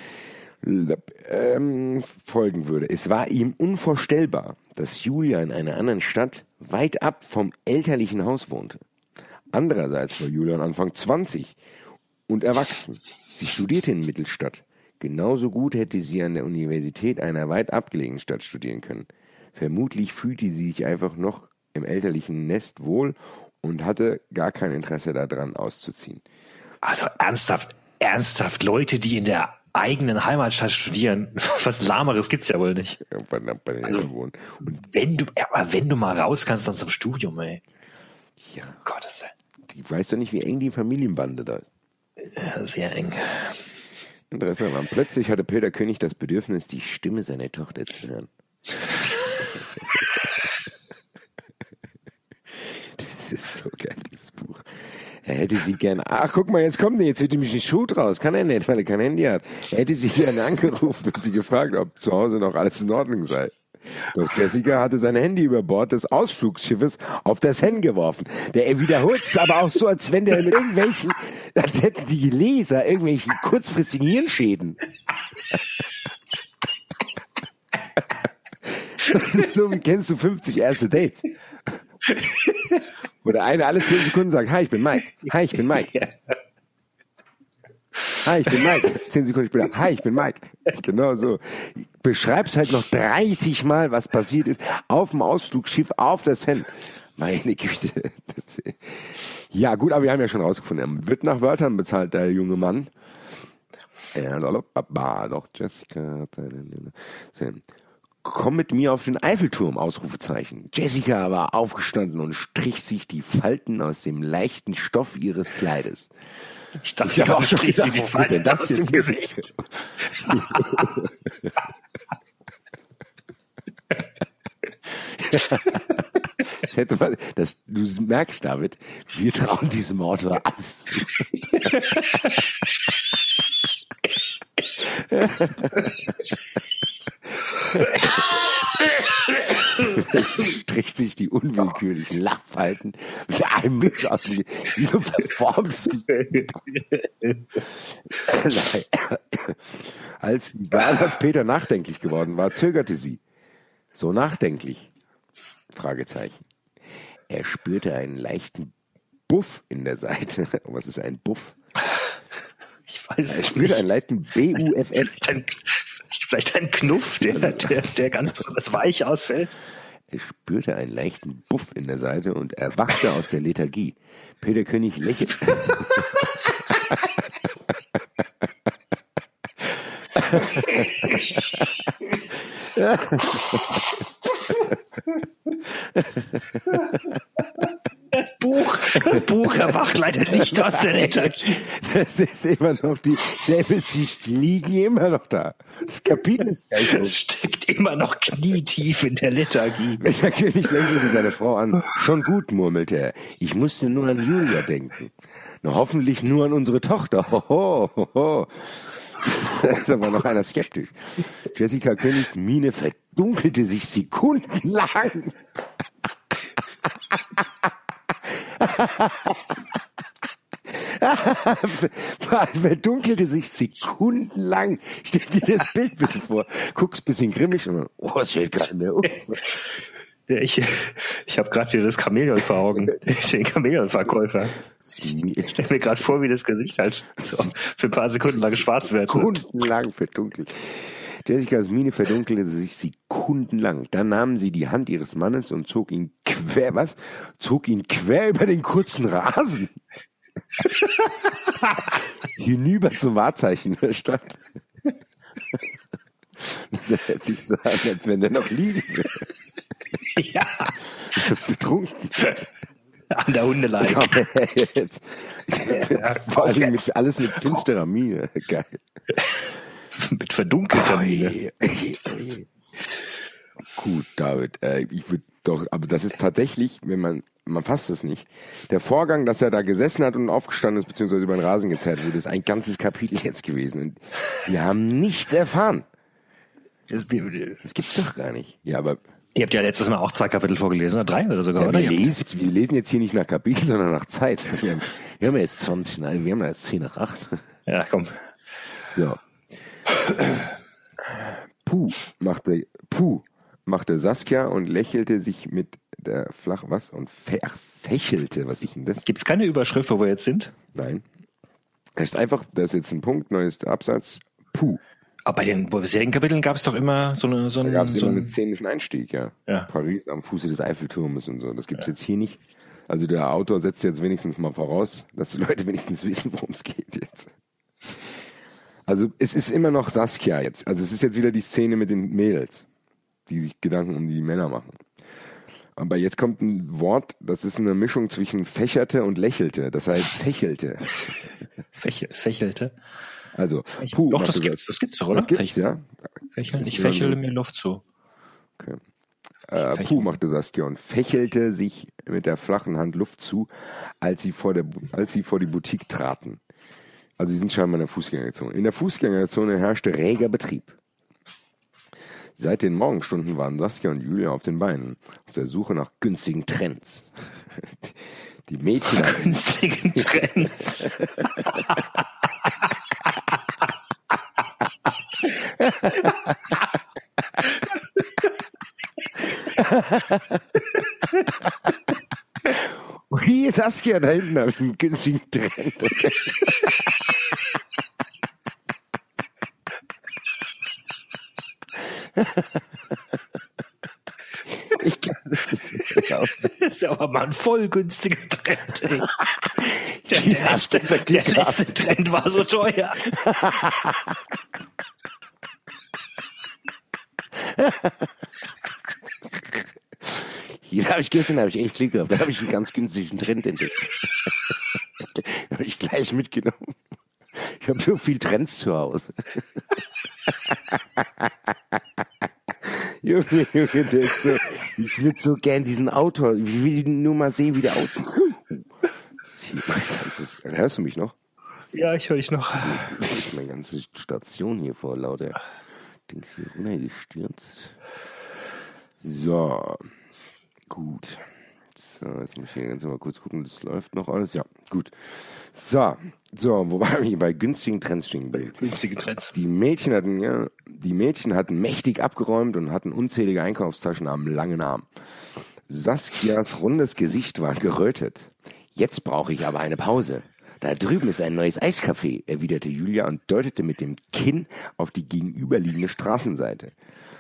ähm, folgen würde. Es war ihm unvorstellbar, dass Julia in einer anderen Stadt weit ab vom elterlichen Haus wohnte. Andererseits war Julia Anfang zwanzig und erwachsen. Sie studierte in Mittelstadt. Genauso gut hätte sie an der Universität einer weit abgelegenen Stadt studieren können. Vermutlich fühlte sie sich einfach noch im elterlichen Nest wohl und hatte gar kein Interesse daran, auszuziehen. Also ernsthaft, ernsthaft, Leute, die in der eigenen Heimatstadt studieren, was Lahmeres gibt's ja wohl nicht. Ja, bei, bei den also, und wenn du, aber wenn du mal raus kannst, dann zum Studium, ey. Ja. Gottes Willen. Ich weiß doch nicht, wie eng die Familienbande da ist. Ja, sehr eng. Interessant. Und plötzlich hatte Peter König das Bedürfnis, die Stimme seiner Tochter zu hören. Das ist so geil, dieses Buch. Er hätte sie gerne, ach guck mal, jetzt kommt er, jetzt wird ihm ein Schuh draus, kann er nicht, weil er kein Handy hat. Er hätte sie gerne angerufen und sie gefragt, ob zu Hause noch alles in Ordnung sei. Doch Jessica hatte sein Handy über Bord des Ausflugsschiffes auf das Seine geworfen. Der wiederholt es aber auch so, als wenn der mit irgendwelchen, als hätten die Leser irgendwelche kurzfristigen Hirnschäden. Das ist so, wie kennst du fünfzig erste Dates? Wo der eine alle zehn Sekunden sagt, hi, ich bin Mike. Hi, ich bin Mike. Hi, ich bin Mike. Zehn Sekunden später, hi, ich bin Mike. Genau so. Beschreibst halt noch dreißig Mal, was passiert ist, auf dem Ausflugsschiff, auf der Seine. Meine Güte. Das, ja, gut, aber wir haben ja schon rausgefunden, er wird nach Wörtern bezahlt, der junge Mann. Ja, doch, Jessica. Komm mit mir auf den Eiffelturm, Ausrufezeichen. Jessica war aufgestanden und strich sich die Falten aus dem leichten Stoff ihres Kleides. Ich dachte, ich habe auch schon strich sie die Falten das aus dem Gesicht. Das hätte man, das, du merkst, David, wir trauen diesem Autor alles zu. Strich sich die unwillkürlichen Lachfalten mit einem Misch aus dem wie so verformtes Als Bernhard Peter nachdenklich geworden war, zögerte sie. So nachdenklich? Fragezeichen. Er spürte einen leichten Buff in der Seite. Was ist ein Buff? Ich weiß es Er spürte nicht. einen leichten B U F F. Vielleicht ein, vielleicht ein Knuff, der, der, der ganz besonders weich ausfällt. Er spürte einen leichten Buff in der Seite und erwachte aus der Lethargie. Peter König lächelte. Das Buch, das Buch erwacht leider nicht aus der Lethargie. Das ist immer noch die selbe Sicht, die liegen immer noch da. Das Kapitel ist gleich. Es steckt immer noch knietief in der Lethargie. Der König lächelte seine Frau an. Schon gut, murmelte er. Ich musste nur an Julia denken. Na, hoffentlich nur an unsere Tochter. Hoho, hoho. Da war noch einer skeptisch. Jessica Königs Miene verdunkelte sich sekundenlang. Verdunkelte sich sekundenlang. Stell dir das Bild bitte vor. Guck's ein bisschen grimmig und dann, oh, es fällt gerade mehr um. Ja, ich ich habe gerade wieder das Chamäleon vor Augen. Den Chamäleon-Verkäufer. Ich stelle mir gerade vor, wie das Gesicht halt so für ein paar Sekunden lang schwarz wird. Sekundenlang verdunkelt. Jessicas Miene verdunkelte sich sekundenlang. Dann nahm sie die Hand ihres Mannes und zog ihn quer, was? Zog ihn quer über den kurzen Rasen. Hinüber zum Wahrzeichen der Stadt. Das hört sich so an, als wenn der noch liegen würde. Ja. Betrunken. An der Hundeleine. Komm, jetzt. Ja, Vor allem mit, alles mit finsterer Miene. Geil. Mit verdunkelter Miene. Gut, David, äh, ich würde doch, aber das ist tatsächlich, wenn man, man fasst es nicht. Der Vorgang, dass er da gesessen hat und aufgestanden ist, beziehungsweise über den Rasen gezerrt wurde, ist ein ganzes Kapitel jetzt gewesen. Und wir haben nichts erfahren. Das, das gibt's doch gar nicht. Ja, aber. Ihr habt ja letztes Mal auch zwei Kapitel vorgelesen, oder drei oder sogar, Ja, oder? wir, lesen, wir lesen jetzt hier nicht nach Kapitel, sondern nach Zeit. Wir haben, wir haben ja jetzt zwanzig, nein, wir haben ja jetzt zehn nach acht. Ja, komm. So. Puh, machte, puh, machte Saskia und lächelte sich mit der Flach, was? Und fe ach, fächelte, was ist denn das? Gibt's keine Überschrift, wo wir jetzt sind? Nein. Es ist einfach, da ist jetzt ein Punkt, neues Absatz, puh. Aber bei den bisherigen Kapiteln gab es doch immer so eine, so Da einen, gab es so immer einen einen szenischen Einstieg, ja. Ja. Paris am Fuße des Eiffelturmes und so. Das gibt's ja. jetzt hier nicht. Also der Autor setzt jetzt wenigstens mal voraus, dass die Leute wenigstens wissen, worum es geht jetzt. Also es ist immer noch Saskia jetzt. Also es ist jetzt wieder die Szene mit den Mädels, die sich Gedanken um die Männer machen. Aber jetzt kommt ein Wort, das ist eine Mischung zwischen fächerte und lächelte. Das heißt fächelte. Fächel, fächelte. Also, puh, doch, das gibt's, das gibt's doch, oder? Das gibt's, ja. Fächeln, ich fächele mir Luft zu. Okay. Äh, puh, machte Saskia und fächelte sich mit der flachen Hand Luft zu, als sie vor, der, als sie vor die Boutique traten. Also sie sind scheinbar in der Fußgängerzone. In der Fußgängerzone herrschte reger Betrieb. Seit den Morgenstunden waren Saskia und Julia auf den Beinen, auf der Suche nach günstigen Trends. Die Mädchen hatten günstigen Trends. Ui, Saskia, da hinten habe ich einen günstigen Trend. Ich kann das nicht aus. Das ist aber mal ein voll günstiger Trend. Ey. Der, der, Ja, letzte, das ist der letzte Trend war so teuer. Hier habe ich gestern habe ich echt Glück gehabt. Da habe ich einen ganz günstigen Trend entdeckt. Da habe ich gleich mitgenommen. Ich habe so viel Trends zu Hause. Junge, Junge, der ist so. Ich würde so gern diesen Autor. Ich will nur mal sehen, wie der aussieht. Hörst du mich noch? Ja, ich höre dich noch. Das ist meine ganze Station hier vor lauter Dings hier runtergestürzt. So. Gut. So, jetzt muss ich hier ganz mal kurz gucken, das läuft noch alles. Ja, gut. So, so, wo waren wir hier? Bei günstigen Trends stehen geblieben. Günstige Trends. Die Mädchen hatten, ja, die Mädchen hatten mächtig abgeräumt und hatten unzählige Einkaufstaschen am langen Arm. Saskias rundes Gesicht war gerötet. Jetzt brauche ich aber eine Pause. Da drüben ist ein neues Eiscafé, erwiderte Julia und deutete mit dem Kinn auf die gegenüberliegende Straßenseite.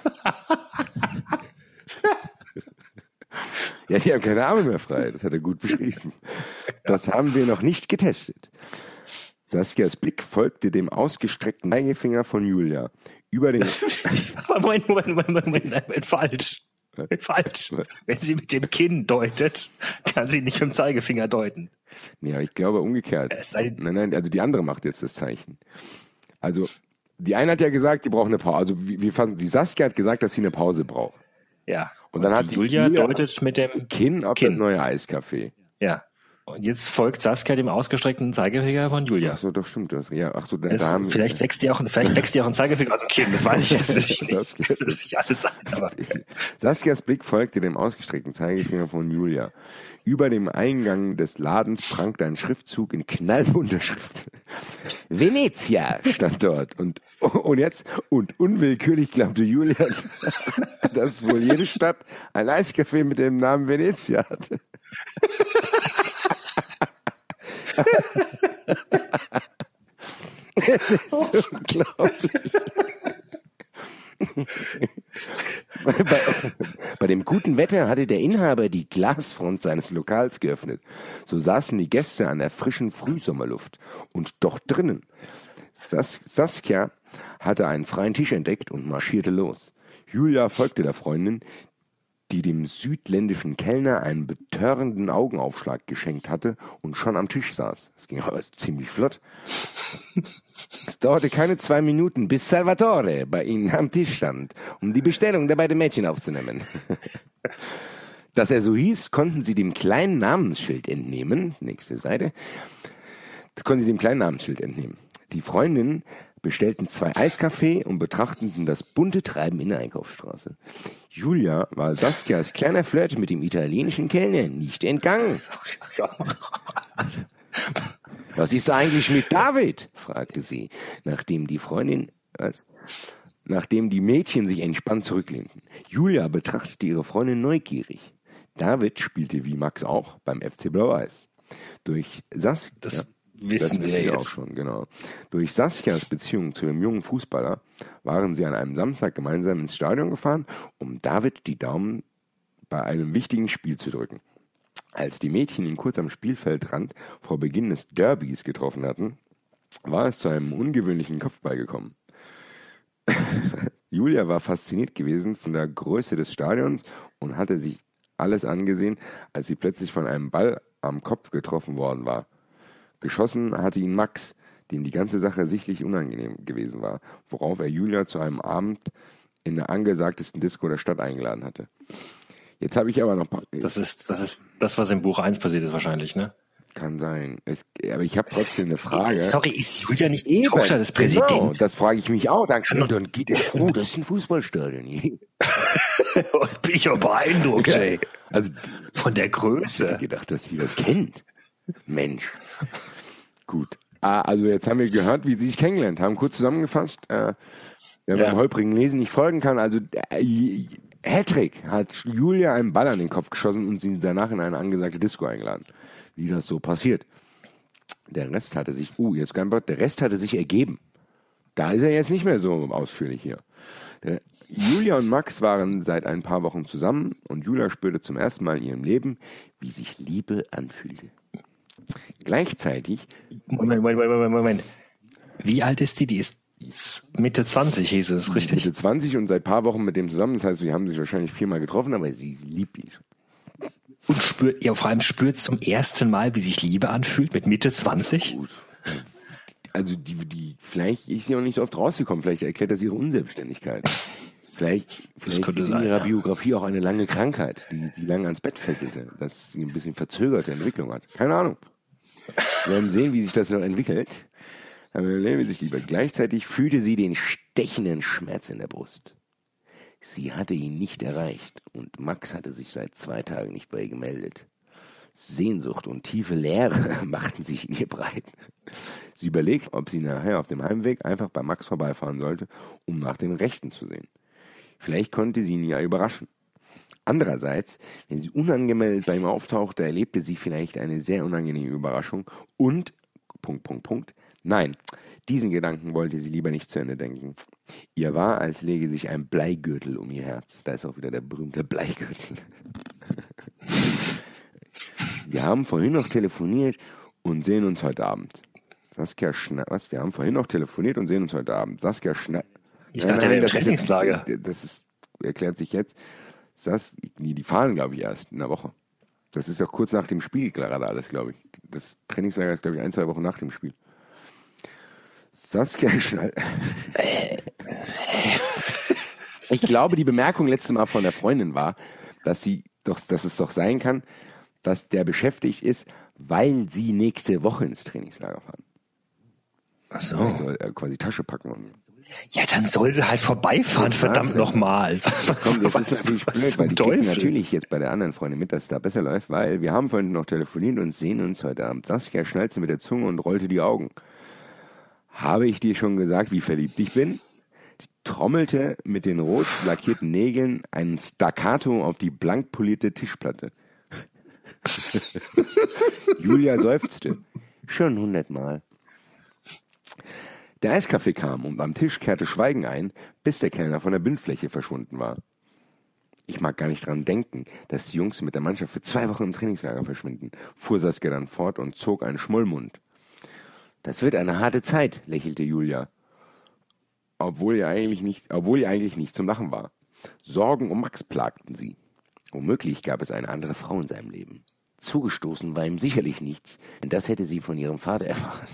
Ja, die haben keine Arme mehr frei. Das hat er gut beschrieben. Das haben wir noch nicht getestet. Saskias Blick folgte dem ausgestreckten Zeigefinger von Julia. Über den... Moment, Moment, Moment, Moment, Moment, falsch. Falsch. Wenn sie mit dem Kinn deutet, kann sie nicht mit dem Zeigefinger deuten. Ja, ich glaube umgekehrt. Nein, nein, also die andere macht jetzt das Zeichen. Also, die eine hat ja gesagt, die braucht eine Pause. Also, wie, wie fanden, die Saskia hat gesagt, dass sie eine Pause braucht. Ja. Und dann hat die Julia, Julia deutet mit dem Kinn auf Kinn. das neue Eiscafé. Ja. Und jetzt folgt Saskia dem ausgestreckten Zeigefinger von Julia. Ach so, doch, stimmt das. Ja, ach so, da, das, da haben vielleicht wächst die auch, vielleicht wächst die auch ein Zeigefinger aus dem Kinn. Das weiß ich jetzt nicht. Das will ich alles sagen, aber. Saskias Blick folgte dem ausgestreckten Zeigefinger von Julia. Über dem Eingang des Ladens prangte ein Schriftzug in knallbunter Schrift. Venezia stand dort. Und, und jetzt, und unwillkürlich glaubte Julia, dass wohl jede Stadt ein Eiscafé mit dem Namen Venezia hatte. Es ist so unglaublich. bei, bei dem guten Wetter hatte der Inhaber die Glasfront seines Lokals geöffnet. So saßen die Gäste an der frischen Frühsommerluft. Und doch drinnen. Sas- Saskia hatte einen freien Tisch entdeckt und marschierte los. Julia folgte der Freundin, die dem südländischen Kellner einen betörenden Augenaufschlag geschenkt hatte und schon am Tisch saß. Das ging aber ziemlich flott. Es dauerte keine zwei Minuten, bis Salvatore bei ihnen am Tisch stand, um die Bestellung der beiden Mädchen aufzunehmen. Dass er so hieß, konnten sie dem kleinen Namensschild entnehmen. Nächste Seite. Das konnten sie dem kleinen Namensschild entnehmen. Die Freundinnen bestellten zwei Eiskaffee und betrachteten das bunte Treiben in der Einkaufsstraße. Julia war Saskias kleiner Flirt mit dem italienischen Kellner nicht entgangen. Was ist eigentlich mit David? Fragte sie, nachdem die Freundin, was? Nachdem die Mädchen sich entspannt zurücklehnten. Julia betrachtete ihre Freundin neugierig. David spielte wie Max auch beim F C Blau-Weiß. Durch Saskia... Das wissen das wir wir jetzt. auch schon, genau. Durch Saskias Beziehung zu dem jungen Fußballer waren sie an einem Samstag gemeinsam ins Stadion gefahren, um David die Daumen bei einem wichtigen Spiel zu drücken. Als die Mädchen ihn kurz am Spielfeldrand vor Beginn des Derbys getroffen hatten, war es zu einem ungewöhnlichen Kopfball gekommen. Julia war fasziniert gewesen von der Größe des Stadions und hatte sich alles angesehen, als sie plötzlich von einem Ball am Kopf getroffen worden war. Geschossen hatte ihn Max, dem die ganze Sache sichtlich unangenehm gewesen war, worauf er Julia zu einem Abend in der angesagtesten Disco der Stadt eingeladen hatte. Jetzt habe ich aber noch... Das ist, das ist das, was im Buch eins passiert ist wahrscheinlich, ne? Kann sein. Es, aber ich habe trotzdem eine Frage. Sorry, ist Julia nicht die Tochter des Präsidenten? Genau, das frage ich mich auch. Dann, dann geht er, oh, das ist ein Fußballstadion. Bin ich aber beeindruckt, Ja. ey. Also Von der ich Größe. hätte gedacht, dass sie das kennt. Mensch. Gut. Ah, also jetzt haben wir gehört, wie sie sich kennengelernt haben. Kurz zusammengefasst, äh, wer Ja. beim holprigen Lesen nicht folgen kann. Also äh, Hattrick hat Julia einen Ball an den Kopf geschossen und sie danach in eine angesagte Disco eingeladen. Wie das so passiert. Der Rest hatte sich, uh, jetzt kein Wort, der Rest hatte sich ergeben. Da ist er jetzt nicht mehr so ausführlich hier. Der, Julia und Max waren seit ein paar Wochen zusammen und Julia spürte zum ersten Mal in ihrem Leben, wie sich Liebe anfühlte. Gleichzeitig... Moment, Moment, Moment, Moment. Wie alt ist die? Die ist Mitte zwanzig, hieß es, richtig? Mitte zwanzig und seit ein paar Wochen mit dem zusammen. Das heißt, wir haben sich wahrscheinlich viermal getroffen, aber sie liebt ihn schon. Und spürt, ja, vor allem spürt zum ersten Mal, wie sich Liebe anfühlt, mit Mitte zwanzig? Gut. Also die, die, vielleicht ist sie auch nicht so oft rausgekommen, vielleicht erklärt das ihre Unselbstständigkeit. Vielleicht, vielleicht könnte ist in sein, ihrer ja. Biografie auch eine lange Krankheit, die sie lange ans Bett fesselte, dass sie ein bisschen verzögerte Entwicklung hat. Keine Ahnung. Wir werden sehen, wie sich das noch entwickelt. Aber wir lernen sich lieber. Gleichzeitig fühlte sie den stechenden Schmerz in der Brust. Sie hatte ihn nicht erreicht und Max hatte sich seit zwei Tagen nicht bei ihr gemeldet. Sehnsucht und tiefe Leere machten sich in ihr breit. Sie überlegt, ob sie nachher auf dem Heimweg einfach bei Max vorbeifahren sollte, um nach dem Rechten zu sehen. Vielleicht konnte sie ihn ja überraschen. Andererseits, wenn sie unangemeldet bei ihm auftauchte, erlebte sie vielleicht eine sehr unangenehme Überraschung und, Punkt, Punkt, Punkt, nein, diesen Gedanken wollte sie lieber nicht zu Ende denken. Ihr war, als läge sich ein Bleigürtel um ihr Herz. Da ist auch wieder der berühmte Bleigürtel. Wir haben vorhin noch telefoniert und sehen uns heute Abend. Saskia Schna... Was? Wir haben vorhin noch telefoniert und sehen uns heute Abend. Saskia Schna... Ich dachte, der das ist Trainingslager. jetzt- Das ist, erklärt sich jetzt. Sas, nee, die fahren, glaube ich, erst in der Woche. Das ist auch kurz nach dem Spiel gerade alles, glaube ich. Das Trainingslager ist, glaube ich, ein, zwei Wochen nach dem Spiel. Saskia Schnall. Ich glaube, die Bemerkung letztes Mal von der Freundin war, dass sie doch, dass es doch sein kann, dass der beschäftigt ist, weil sie nächste Woche ins Trainingslager fahren. Ach so. Also äh, quasi Tasche packen und Ja, dann soll sie halt vorbeifahren, Ja, verdammt ja. nochmal. Das kommt, jetzt ist natürlich was blöd, weil zum die kriegen Teufel? natürlich jetzt bei der anderen Freundin mit, dass es da besser läuft, weil wir haben vorhin noch telefoniert und sehen uns heute Abend. Saskia schnalzte mit der Zunge und rollte die Augen. Habe ich dir schon gesagt, wie verliebt ich bin? Sie trommelte mit den rot lackierten Nägeln einen Staccato auf die blank polierte Tischplatte. Julia seufzte. Schon hundertmal. Der Eiskaffee kam und am Tisch kehrte Schweigen ein, bis der Kellner von der Bildfläche verschwunden war. Ich mag gar nicht dran denken, dass die Jungs mit der Mannschaft für zwei Wochen im Trainingslager verschwinden, fuhr Saskia dann fort und zog einen Schmollmund. Das wird eine harte Zeit, lächelte Julia, obwohl ihr eigentlich nicht, obwohl ihr eigentlich nicht zum Lachen war. Sorgen um Max plagten sie. Womöglich gab es eine andere Frau in seinem Leben. Zugestoßen war ihm sicherlich nichts, denn das hätte sie von ihrem Vater erfahren.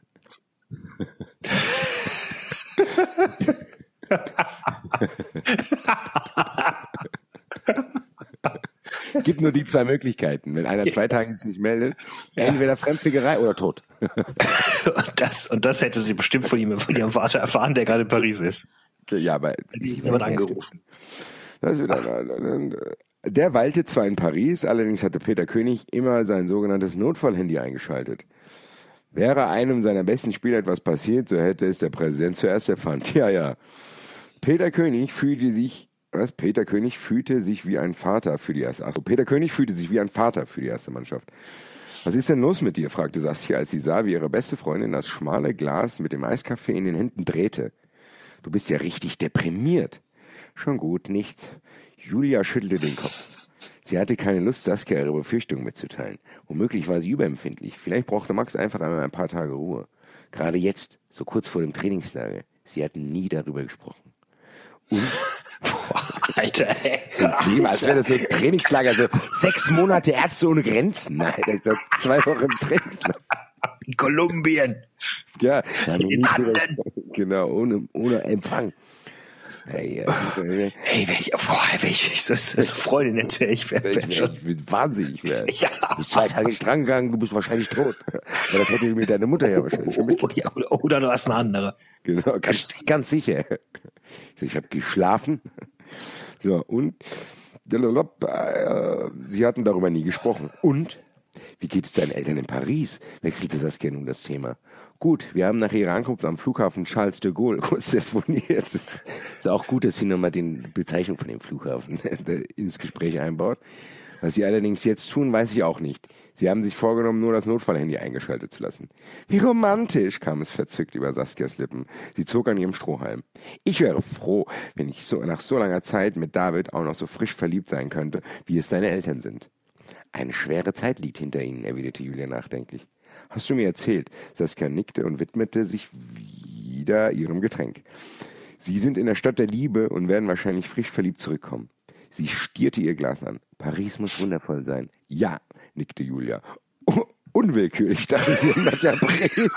Gibt nur die zwei Möglichkeiten. Wenn einer zwei Tage sich nicht meldet, entweder Fremdfickerei oder Tod. Und das, und das hätte sie bestimmt von, ihm, von ihrem Vater erfahren, der gerade in Paris ist. Ja, aber Die jemand angerufen. Das wird ein, der weilte zwar in Paris, allerdings hatte Peter König immer sein sogenanntes Notfallhandy eingeschaltet. Wäre einem seiner besten Spieler etwas passiert, so hätte es der Präsident zuerst erfahren. Tja, ja. Peter König fühlte sich, was? Peter König fühlte sich wie ein Vater für die erste, also Peter König fühlte sich wie ein Vater für die erste Mannschaft. Was ist denn los mit dir? Fragte Saskia, als sie sah, wie ihre beste Freundin das schmale Glas mit dem Eiskaffee in den Händen drehte. Du bist ja richtig deprimiert. Schon gut, nichts. Julia schüttelte den Kopf. Sie hatte keine Lust, Saskia ihre Befürchtungen mitzuteilen. Womöglich war sie überempfindlich. Vielleicht brauchte Max einfach einmal ein paar Tage Ruhe. Gerade jetzt, so kurz vor dem Trainingslager. Sie hatten nie darüber gesprochen. Und Boah, Alter, ey. so ein Thema, als wäre das so ein Trainingslager, so sechs Monate Ärzte ohne Grenzen. Nein, das ist zwei Wochen im Trainingslager. In Kolumbien. Ja, da haben wir In nie drüber Anden. gesprochen. Genau, ohne, ohne Empfang. Hey, äh, Hey, welch, boah, welch so eine Freundin hätte ich, wäre wär ich, schon. ich bin wahnsinnig werden. Ja. Du bist zwei Tage dran gegangen, du bist wahrscheinlich tot. Aber das hätte mir deine Mutter ja wahrscheinlich schon Oh, mitgeteilt. ja, oder, oder du hast eine andere. Genau, ganz, ganz sicher. Ich, so, ich habe geschlafen. So, und äh, sie hatten darüber nie gesprochen. Und wie geht es deinen Eltern in Paris? Wechselte Saskia nun das Thema. Gut, wir haben nach ihrer Ankunft am Flughafen Charles de Gaulle kurz telefoniert. Es ist, ist auch gut, dass sie nochmal die Bezeichnung von dem Flughafen ins Gespräch einbaut. Was sie allerdings jetzt tun, weiß ich auch nicht. Sie haben sich vorgenommen, nur das Notfallhandy eingeschaltet zu lassen. Wie romantisch, kam es verzückt über Saskias Lippen. Sie zog an ihrem Strohhalm. Ich wäre froh, wenn ich so, nach so langer Zeit mit David auch noch so frisch verliebt sein könnte, wie es seine Eltern sind. Eine schwere Zeit liegt hinter ihnen, erwiderte Julia nachdenklich. Hast du mir erzählt? Saskia nickte und widmete sich wieder ihrem Getränk. Sie sind in der Stadt der Liebe und werden wahrscheinlich frisch verliebt zurückkommen. Sie stierte ihr Glas an. Paris muss wundervoll sein. Ja, nickte Julia. Oh, unwillkürlich dachte sie an Nadja Paris.